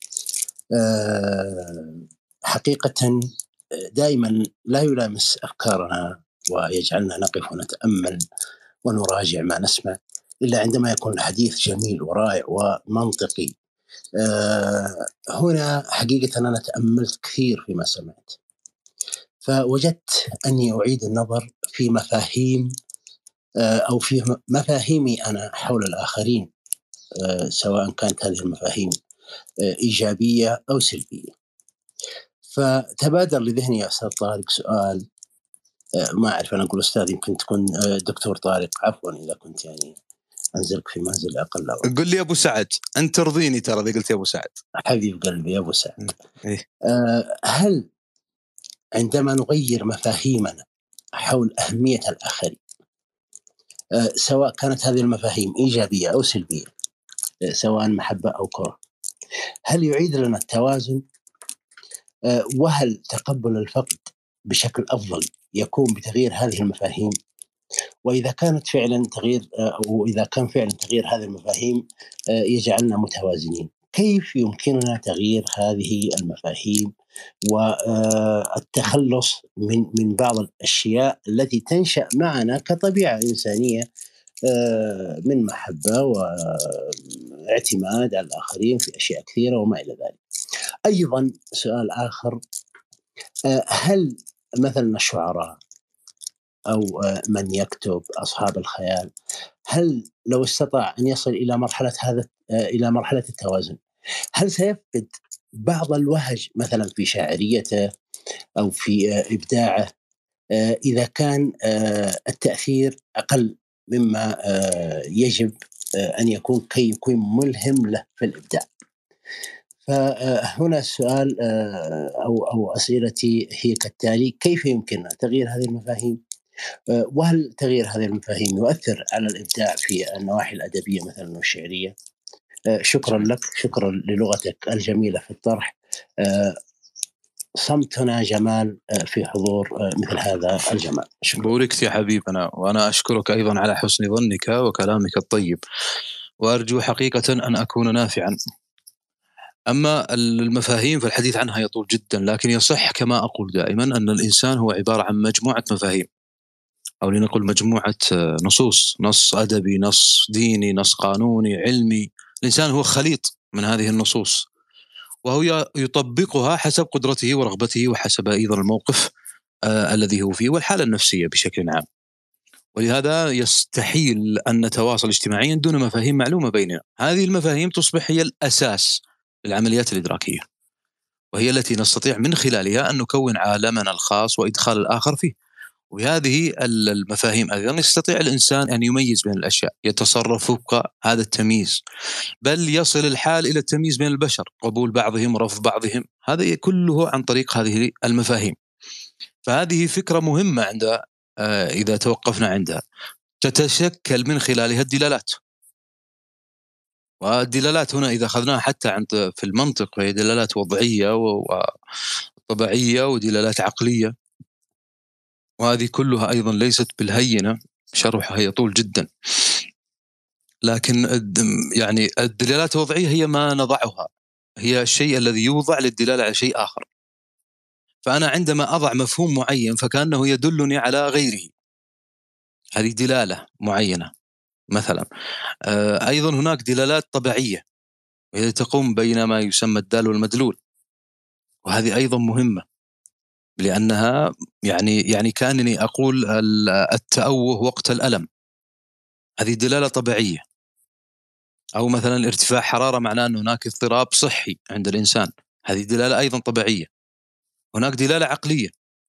حقيقة دائما لا يلامس أفكارنا ويجعلنا نقف ونتأمل ونراجع ما نسمع إلا عندما يكون الحديث جميل ورائع ومنطقي. هنا حقيقة أنا تأملت كثير فيما سمعت، فوجدت أني أعيد النظر في مفاهيم أو في مفاهيمي أنا حول الآخرين، سواء كانت هذه المفاهيم إيجابية أو سلبية. فتبادر لذهني يا أستاذ طارق سؤال، ما أعرف أنا أقول أستاذ، يمكن تكون دكتور طارق، عفوا إذا كنت يعني أنزلك في منزل أقل. قل لي أبو سعد، أنت ترضيني ترى إذا قلت يا أبو سعد. حبيب قلبي يا أبو سعد. إيه؟ هل عندما نغير مفاهيمنا حول أهمية الآخرين، سواء كانت هذه المفاهيم إيجابية أو سلبية، سواء محبة أو كره، هل يعيد لنا التوازن؟ وهل تقبل الفقد بشكل أفضل يكون بتغيير هذه المفاهيم؟ وإذا كانت فعلا تغيير أو إذا كان فعلا تغيير هذه المفاهيم يجعلنا متوازنين، كيف يمكننا تغيير هذه المفاهيم والتخلص من بعض الأشياء التي تنشأ معنا كطبيعة إنسانية من محبة واعتماد على الآخرين في أشياء كثيرة وما إلى ذلك. أيضا سؤال آخر، هل مثلا الشعراء أو من يكتب، أصحاب الخيال، هل لو استطاع أن يصل إلى مرحلة التوازن، هل سيفقد بعض الوهج مثلا في شاعريته أو في إبداعه إذا كان التأثير أقل مما يجب أن يكون كي يكون ملهم له في الإبداع؟ فهنا السؤال أو أسئلتي هي كالتالي: كيف يمكن تغيير هذه المفاهيم؟ وهل تغيير هذه المفاهيم يؤثر على الإبداع في النواحي الأدبية مثلا والشعرية؟ شكرا لك، شكرا للغتك الجميلة في الطرح. صمتنا جمال في حضور مثل هذا الجمال. بوركت يا حبيبنا، وأنا أشكرك أيضا على حسن ظنك وكلامك الطيب، وأرجو حقيقة أن أكون نافعا. أما المفاهيم فالحديث عنها يطول جدا، لكن يصح كما أقول دائما أن الإنسان هو عبارة عن مجموعة مفاهيم، أو لنقل مجموعة نصوص، نص أدبي، نص ديني، نص قانوني، علمي. الإنسان هو خليط من هذه النصوص، وهو يطبقها حسب قدرته ورغبته وحسب أيضا الموقف الذي هو فيه والحالة النفسية بشكل عام. ولهذا يستحيل أن نتواصل اجتماعيا دون مفاهيم معلومة بيننا. هذه المفاهيم تصبح هي الأساس للعمليات الإدراكية، وهي التي نستطيع من خلالها أن نكون عالمنا الخاص وإدخال الآخر فيه. وهذه المفاهيم أيضا يستطيع الإنسان أن يميز بين الأشياء، يتصرف وفق هذا التمييز، بل يصل الحال إلى التمييز بين البشر، قبول بعضهم ورفض بعضهم، هذا كله عن طريق هذه المفاهيم. فهذه فكرة مهمة عند إذا توقفنا عندها، تتشكل من خلالها الدلالات. والدلالات هنا إذا أخذناها حتى في المنطق فهي دلالات وضعية وطبيعية ودلالات عقلية، وهذه كلها أيضا ليست بالهينة، شرحها يطول جدا. لكن يعني الدلالات الوضعية هي ما نضعها، هي الشيء الذي يوضع للدلالة على شيء آخر. فأنا عندما أضع مفهوم معين فكأنه يدلني على غيره، هذه دلالة معينة مثلا. أيضا هناك دلالات طبيعية وهي تقوم بين ما يسمى الدال والمدلول، وهذه أيضا مهمة، لأنها يعني كأنني أقول التأوه وقت الألم، هذه دلالة طبيعية. أو مثلا ارتفاع حرارة معناه أن هناك اضطراب صحي عند الإنسان، هذه دلالة أيضا طبيعية. هناك دلالة عقلية،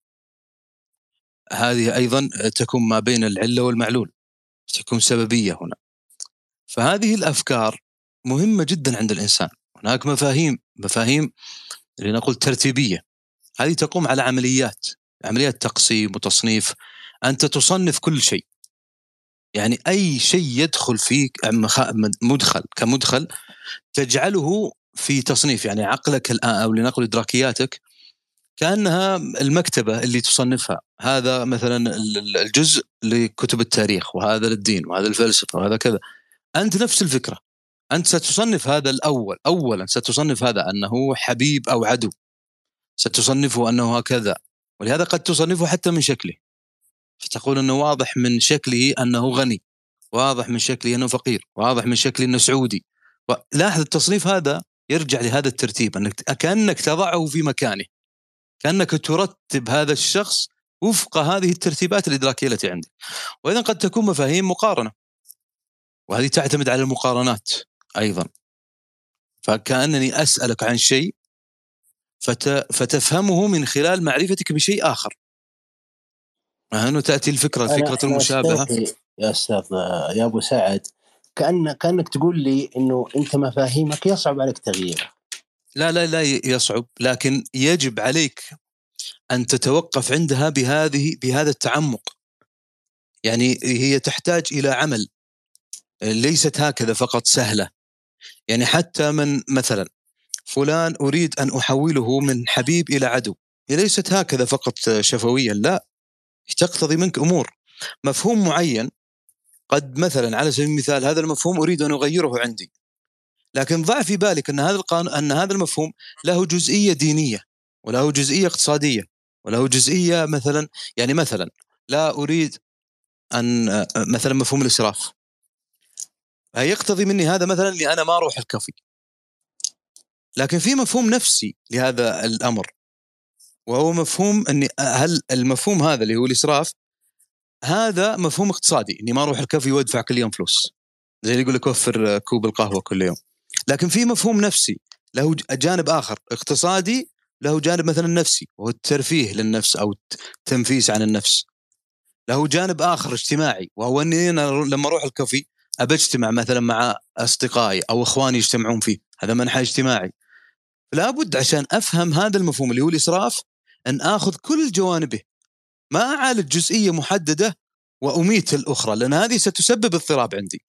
هذه أيضا تكون ما بين العلة والمعلول، تكون سببية هنا. فهذه الأفكار مهمة جدا عند الإنسان. هناك مفاهيم لنقول ترتيبية، هذه تقوم على عمليات تقسيم وتصنيف. أنت تصنف كل شيء، يعني أي شيء يدخل فيك كمدخل تجعله في تصنيف. يعني عقلك الآن أو لنقل إدراكياتك كأنها المكتبة اللي تصنفها، هذا مثلا الجزء لكتب التاريخ، وهذا للدين، وهذا الفلسفة، وهذا كذا. أنت نفس الفكرة، أنت ستصنف هذا الأول، أولا ستصنف هذا أنه حبيب أو عدو، ستصنفه أنه هكذا، ولهذا قد تصنفه حتى من شكله، فتقول أنه واضح من شكله أنه غني، واضح من شكله أنه فقير، واضح من شكله أنه سعودي. لاحظ التصنيف هذا يرجع لهذا الترتيب، أنك كأنك تضعه في مكانه، كأنك ترتب هذا الشخص وفق هذه الترتيبات الإدراكية التي عندك. وإذا قد تكون مفاهيم مقارنة، وهذه تعتمد على المقارنات أيضا، فكأنني أسألك عن شيء فتفهمه من خلال معرفتك بشيء آخر. هنا تأتي الفكرة المشابهة. يا أستاذ يا أبو سعد، كأنك تقول لي إنه أنت مفاهيمك يصعب عليك تغييرها. لا يصعب، لكن يجب عليك أن تتوقف عندها بهذا التعمق. يعني هي تحتاج إلى عمل، ليست هكذا فقط سهلة. يعني حتى من مثلا فلان أريد أن أحوله من حبيب إلى عدو، هي ليست هكذا فقط شفويا، لا، تقتضي منك أمور. مفهوم معين قد مثلا على سبيل المثال هذا المفهوم أريد أن أغيره عندي، لكن ضع في بالك أن هذا المفهوم له جزئية دينية، وله جزئية اقتصادية، وله جزئية مثلا، يعني مثلا لا أريد أن مثلا مفهوم الإسراف يقتضي مني هذا مثلا اللي أنا ما أروح الكافي، لكن في مفهوم نفسي لهذا الأمر، وهو مفهوم أني هل المفهوم هذا اللي هو الإسراف هذا مفهوم اقتصادي، إني ما أروح الكافي وأدفع كل يوم فلوس، زي اللي يقول لك وفر كوب القهوة كل يوم. لكن في مفهوم نفسي له جانب آخر اقتصادي، له جانب مثلا نفسي وهو الترفيه للنفس أو التنفيس عن النفس. له جانب آخر اجتماعي، وهو أني أنا لما أروح الكافي أبى أجتمع مثلا مع أصدقائي أو إخواني يجتمعون فيه، هذا منحى اجتماعي. لابد عشان أفهم هذا المفهوم اللي هو الإسراف أن آخذ كل جوانبه، ما أعالج جزئية محددة وأميت الأخرى، لأن هذه ستسبب اضطراب عندي.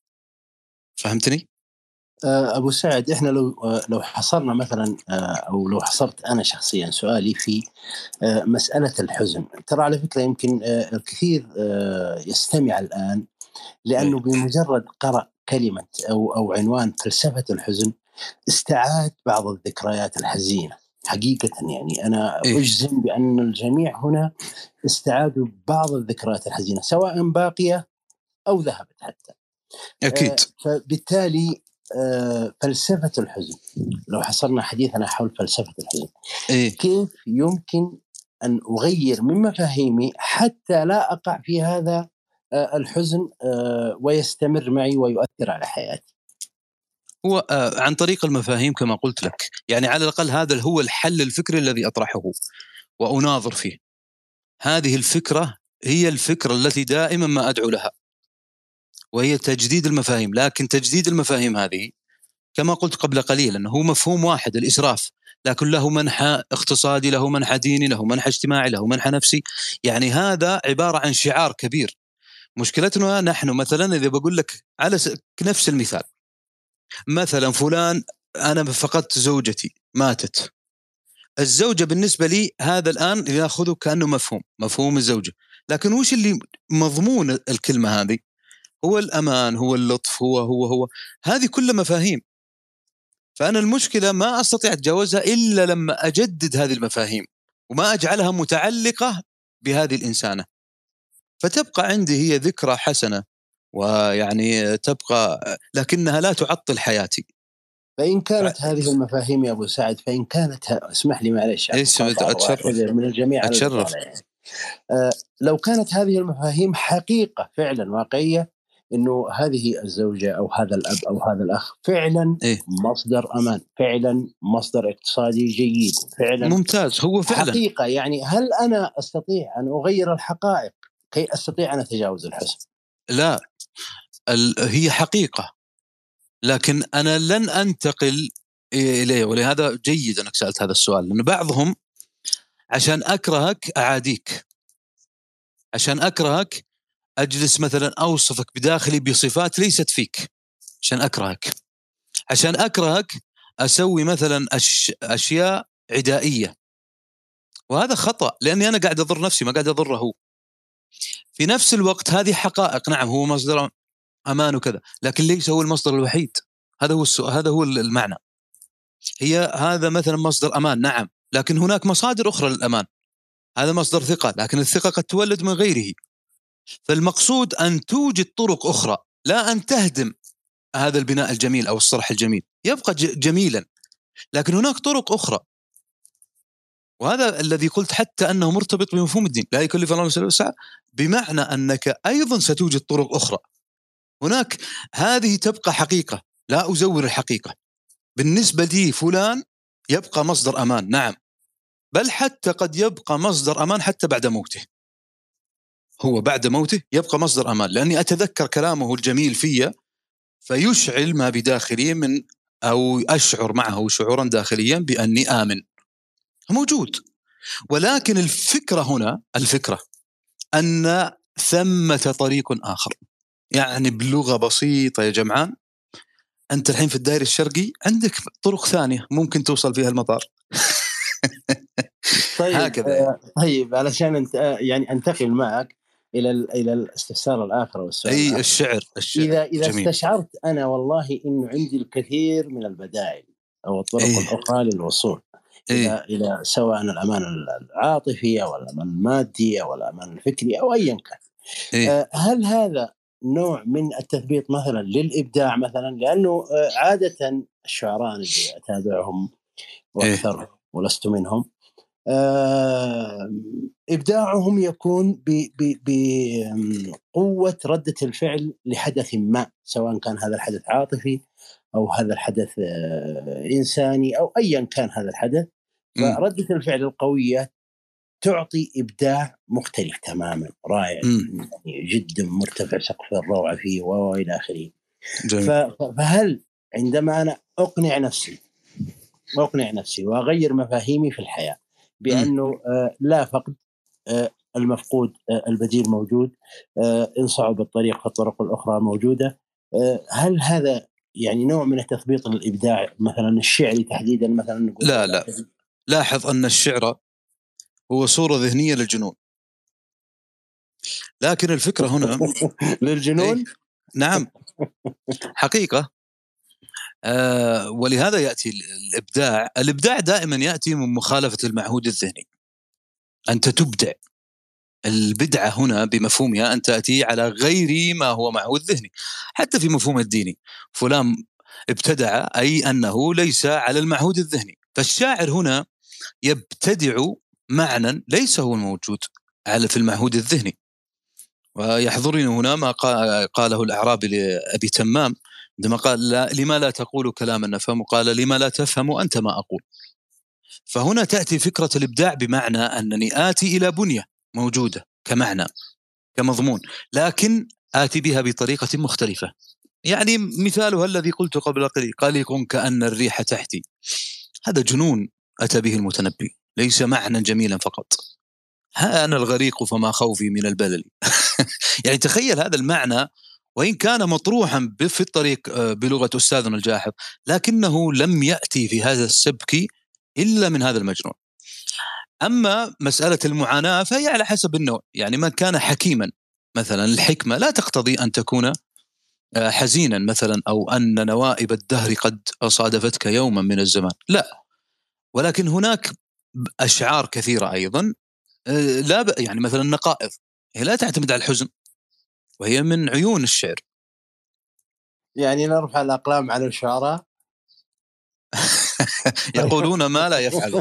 فهمتني؟ أبو سعد، إحنا لو حصرنا مثلا أو لو حصرت أنا شخصيا سؤالي في مسألة الحزن، ترى على فكرة يمكن الكثير يستمع الآن لأنه بمجرد قرأ كلمة أو عنوان فلسفة الحزن استعاد بعض الذكريات الحزينة. حقيقة يعني أنا أجزم بأن الجميع هنا استعادوا بعض الذكريات الحزينة، سواء باقية أو ذهبت حتى. أكيد. فبالتالي فلسفة الحزن، لو حصلنا حديثنا حول فلسفة الحزن، كيف يمكن أن أغير من مفاهيمي حتى لا أقع في هذا الحزن ويستمر معي ويؤثر على حياتي؟ هو عن طريق المفاهيم كما قلت لك، يعني على الأقل هذا هو الحل الفكري الذي أطرحه وأناظر فيه. هذه الفكرة هي الفكرة التي دائما ما أدعو لها، وهي تجديد المفاهيم. لكن تجديد المفاهيم هذه كما قلت قبل قليل أنه هو مفهوم واحد، الإسراف، لكن له منحى اقتصادي، له منحى ديني، له منحى اجتماعي، له منحى نفسي. يعني هذا عبارة عن شعار كبير. مشكلتنا نحن مثلا إذا بقول لك على نفس المثال، مثلا فلان أنا فقدت زوجتي ماتت، الزوجة بالنسبة لي هذا الآن يأخذه كأنه مفهوم الزوجة، لكن وش اللي مضمون الكلمة هذه؟ هو الأمان، هو اللطف، هو هذه كل مفاهيم. فأنا المشكلة ما أستطيع أتجاوزها إلا لما أجدد هذه المفاهيم وما أجعلها متعلقة بهذه الإنسانة، فتبقى عندي هي ذكرى حسنة، ويعني تبقى لكنها لا تعطل حياتي. فإن كانت هذه المفاهيم يا أبو سعد، فإن كانت، اسمح لي معلش أتشرف من الجميع على أتشرف. لو كانت هذه المفاهيم حقيقة فعلا واقعية، إنه هذه الزوجة أو هذا الأب أو هذا الأخ فعلا مصدر أمان، فعلا مصدر اقتصادي جيد، فعلا ممتاز، هو فعلا حقيقة، يعني هل أنا أستطيع أن أغير الحقائق كي أستطيع أن أتجاوز الحزن؟ لا، هي حقيقة، لكن أنا لن أنتقل إليه. ولهذا جيد أنك سألت هذا السؤال، لأن بعضهم عشان أكرهك أعاديك، عشان أكرهك أجلس مثلا أوصفك بداخلي بصفات ليست فيك عشان أكرهك، عشان أكرهك أسوي مثلا أشياء عدائية وهذا خطأ، لأني أنا قاعد أضر نفسي ما قاعد أضره هو. في نفس الوقت هذه حقائق، نعم هو مصدر أمان وكذا، لكن ليس هو المصدر الوحيد. هذا هو هذا هو المعنى. هي هذا مثلا مصدر أمان، نعم، لكن هناك مصادر أخرى للأمان. هذا مصدر ثقة، لكن الثقة قد تولد من غيره. فالمقصود أن توجد طرق أخرى، لا أن تهدم هذا البناء الجميل أو الصرح الجميل، يبقى جميلا، لكن هناك طرق أخرى. وهذا الذي قلت حتى أنه مرتبط بمفهوم الدين، لا يكلف الله نفسا إلا وسعها، بمعنى أنك أيضا ستوجد طرق أخرى. هناك هذه تبقى حقيقة، لا أزور الحقيقة. بالنسبة لي فلان يبقى مصدر أمان، نعم، بل حتى قد يبقى مصدر أمان حتى بعد موته. هو بعد موته يبقى مصدر أمان، لأني أتذكر كلامه الجميل فيه فيشعل ما بداخلي من، أو أشعر معه شعورا داخليا بأني آمن، موجود. ولكن الفكرة هنا، الفكرة أن ثمة طريق آخر. يعني بلغة بسيطة يا جمعان، أنت الحين في الدائري الشرقي عندك طرق ثانية ممكن توصل فيها المطار. طيب هكذا يعني. طيب علشان انت يعني انتقل معك الى الاستفسار الاخر والسؤال اي الآخر. الشعر اذا جميل. استشعرت انا والله انه عندي الكثير من البدائل او الطرق الاخرى للوصول الى سواء الامان العاطفي او الامان المادي او الامان الفكري او ايا كان. هل هذا نوع من التثبيط مثلا للابداع مثلا؟ لانه عاده الشعراء اللي اتابعهم واكثر ولست منهم إبداعهم يكون بقوة ردة الفعل لحدث ما، سواء كان هذا الحدث عاطفي أو هذا الحدث إنساني أو أيا كان هذا الحدث. فردة الفعل القوية تعطي إبداع مختلف تماما، رائع يعني جدا مرتفع سقف الروعة فيه وإلى آخره. فهل عندما أنا أقنع نفسي وأغير مفاهيمي في الحياة بأنه لا فقد، المفقود البديل موجود، إن صعب الطريق فالطرق الأخرى موجودة، هل هذا يعني نوع من التثبيط للإبداع مثلا الشعري تحديدا مثلا نقول؟ لا لاحظ أن الشعر هو صورة ذهنية للجنون، لكن الفكرة هنا للجنون. نعم حقيقة. ولهذا يأتي الإبداع دائما يأتي من مخالفة المعهود الذهني. أنت تبدع، البدعة هنا بمفهومها أن تأتي على غير ما هو معهود ذهني. حتى في مفهوم الديني فلان ابتدع، أي أنه ليس على المعهود الذهني. فالشاعر هنا يبتدع معنى ليس هو الموجود في المعهود الذهني. ويحضرني هنا ما قاله الأعرابي لأبي تمام عندما قال لما لا تقول كلاما نفهم، قال لما لا تفهم أنت ما أقول. فهنا تأتي فكرة الإبداع بمعنى أنني آتي إلى بنية موجودة كمعنى كمضمون، لكن آتي بها بطريقة مختلفة. يعني مثالها الذي قلت قبل قليل، قلق كأن الريح تحتي، هذا جنون أتى به المتنبي، ليس معنى جميلا فقط. ها أنا الغريق فما خوفي من البلل. يعني تخيل هذا المعنى، وإن كان مطروحا في الطريق بلغة أستاذنا الجاحظ، لكنه لم يأتي في هذا السبك إلا من هذا المجنون. أما مسألة المعاناة فهي على حسب النوع. يعني من كان حكيما مثلا، الحكمة لا تقتضي أن تكون حزينا مثلا، أو أن نوائب الدهر قد أصادفتك يوما من الزمان، لا. ولكن هناك أشعار كثيرة أيضا لا يعني مثلا النقائض هي لا تعتمد على الحزن، وهي من عيون الشعر. يعني نرفع الأقلام على الشعراء. يقولون ما لا يفعل.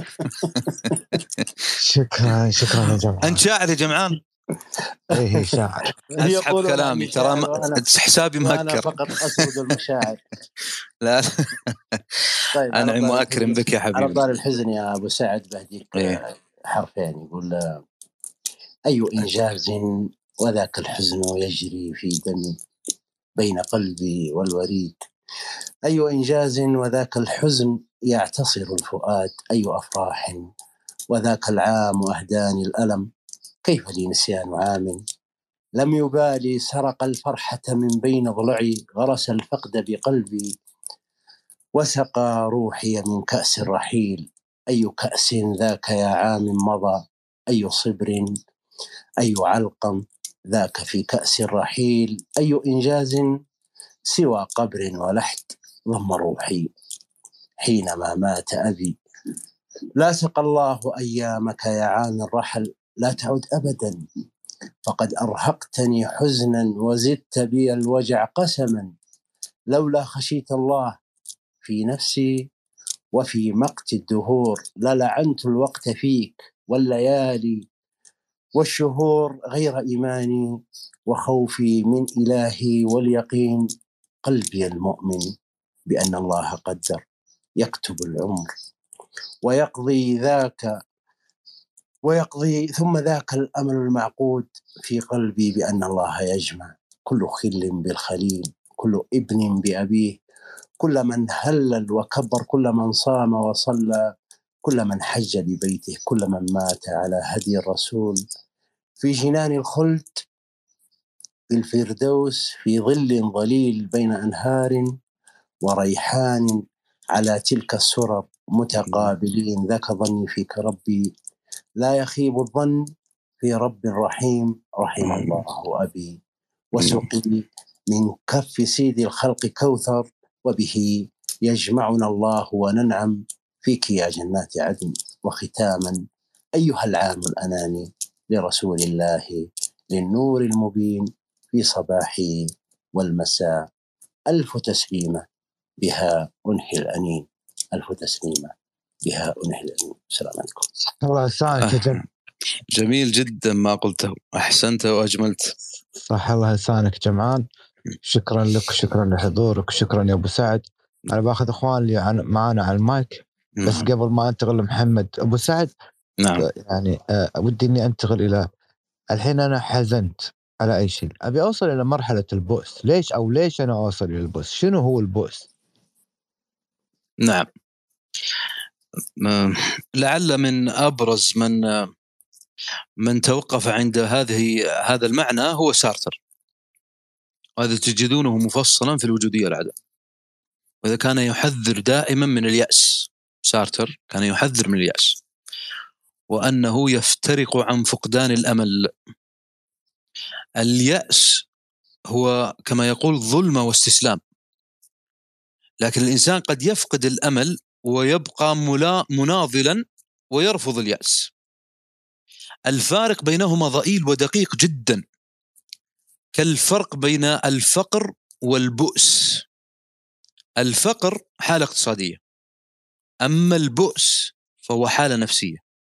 شكرا يا جماعة. أنت شاعر يا جمعان؟ إيه شاعر. أسحب كلامي، ترى حسابي مهكر. أنا فقط أسود المشاعر. لا طيب أنعم وأكرم بك يا حبيبي. على طار الحزن يا أبو سعد بهديك حرفين، يقول أي إنجاز وذاك الحزن يجري في دمي بين قلبي والوريد، أي إنجاز وذاك الحزن يعتصر الفؤاد، أي أفراح وذاك العام أهداني الألم، كيف لي نسيان عام لم يبالي سرق الفرحة من بين ضلعي، غرس الفقد بقلبي وسقى روحي من كأس الرحيل، أي كأس ذاك يا عام مضى، أي صبر أي علقم ذاك في كأس الرحيل، أي إنجاز سوى قبر ولحد ضم روحي حينما مات أبي. لا سقى الله أيامك يا عام الرحل، لا تعد أبدا فقد أرهقتني حزنا وزدت بي الوجع قسما، لولا خشيت الله في نفسي وفي مقت الدهور للعنت الوقت فيك والليالي والشهور، غير إيماني وخوفي من إلهي واليقين قلبي المؤمن بأن الله قدر يكتب العمر ويقضي ثم ذاك الأمل المعقود في قلبي بأن الله يجمع كل خل بالخليل، كل ابن بأبيه، كل من هلل وكبر، كل من صام وصلى، كل من حج لبيته، كل من مات على هدي الرسول في جنان الخلد في الفردوس في ظل ظليل بين أنهار وريحان على تلك السرر متقابلين. ذاك ظني فيك ربي لا يخيب الظن في رب رحيم، رحم الله أبي وسقي من كف سيد الخلق كوثر، وبه يجمعنا الله وننعم فيك يا جنات عدن. وختاما أيها العام الأناني لرسول الله للنور المبين في صباحي والمساء، 1000 تسليمة بها أنهي الأنين، 1000 تسليمة بها أنهي الأنين. السلام عليكم. الله يسعدك. جميل جدا ما قلته، أحسنت وأجملت. صح، الله يسعدك جمعان. شكرا لك، شكرا لحضورك، شكرا يا أبو سعد. أنا باخذ إخوان اللي معانا على المايك، بس قبل ما أنتقل لمحمد أبو سعد، نعم، يعني ودي إني أنتقل إلى الحين. أنا حزنت على أي شيء، أبي أوصل إلى مرحلة البؤس. ليش أنا أوصل إلى البؤس؟ شنو هو البؤس؟ نعم، لعل من أبرز من توقف عند هذا المعنى هو سارتر، وهذا تجدونه مفصلا في الوجودية العدم. وإذا كان يحذر دائما من اليأس، سارتر كان يحذر من اليأس وأنه يفترق عن فقدان الأمل. اليأس هو كما يقول ظلمة واستسلام، لكن الإنسان قد يفقد الأمل ويبقى مناضلا ويرفض اليأس. الفارق بينهما ضئيل ودقيق جدا، كالفرق بين الفقر والبؤس. الفقر حالة اقتصادية، أما البؤس فهو حالة نفسية.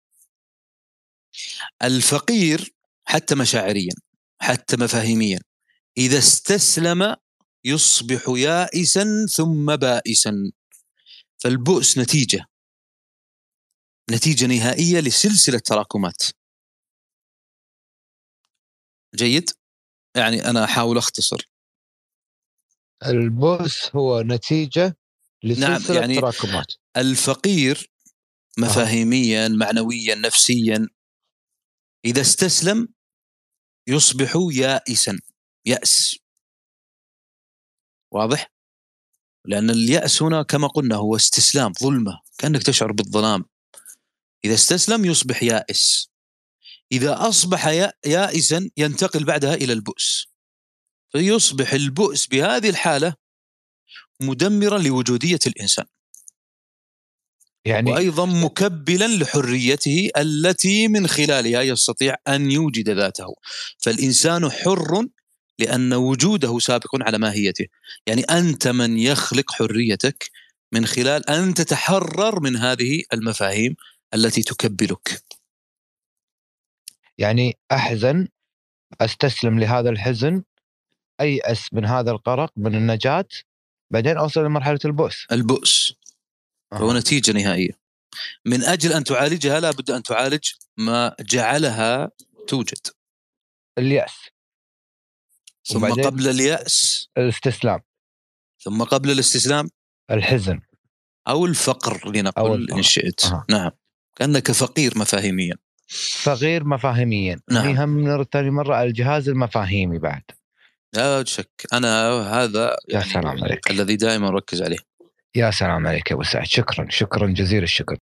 الفقير حتى مشاعريا حتى مفاهيميا إذا استسلم يصبح يائسا ثم بائسا. فالبؤس نتيجة نهائية لسلسلة تراكمات. جيد، يعني أنا أحاول أختصر. البؤس هو نتيجة لسلسلة نعم، يعني تراكمات. الفقير مفاهيميا معنويا نفسيا إذا استسلم يصبح يائسا، يأس. واضح؟ لأن اليأس هنا كما قلنا هو استسلام، ظلمة، كأنك تشعر بالظلام. إذا استسلم يصبح يائس. إذا أصبح يائسا ينتقل بعدها إلى البؤس، فيصبح البؤس بهذه الحالة مدمرا لوجودية الإنسان، يعني وأيضا مكبلا لحريته التي من خلالها يستطيع أن يوجد ذاته. فالإنسان حر لأن وجوده سابق على ماهيته. يعني أنت من يخلق حريتك من خلال أن تتحرر من هذه المفاهيم التي تكبلك. يعني أحزن، أستسلم لهذا الحزن، أيأس من هذا القرق، من النجاة، بعدين أوصل لمرحلة البؤس. فهو نتيجة نهائية. من أجل أن تعالجها لا بد أن تعالج ما جعلها توجد، اليأس، ثم قبل اليأس الاستسلام، ثم قبل الاستسلام الحزن أو الفقر لنقل إن شئت. نعم، كأنك فقير مفاهيميا. فقير مفاهيميا. نعم. هم ثاني مرة الجهاز المفاهيمي بعد. لا شك، أنا هذا يعني الذي دائما أركز عليه. يا سلام عليك يا أبو سعد، شكرا جزيل الشكر.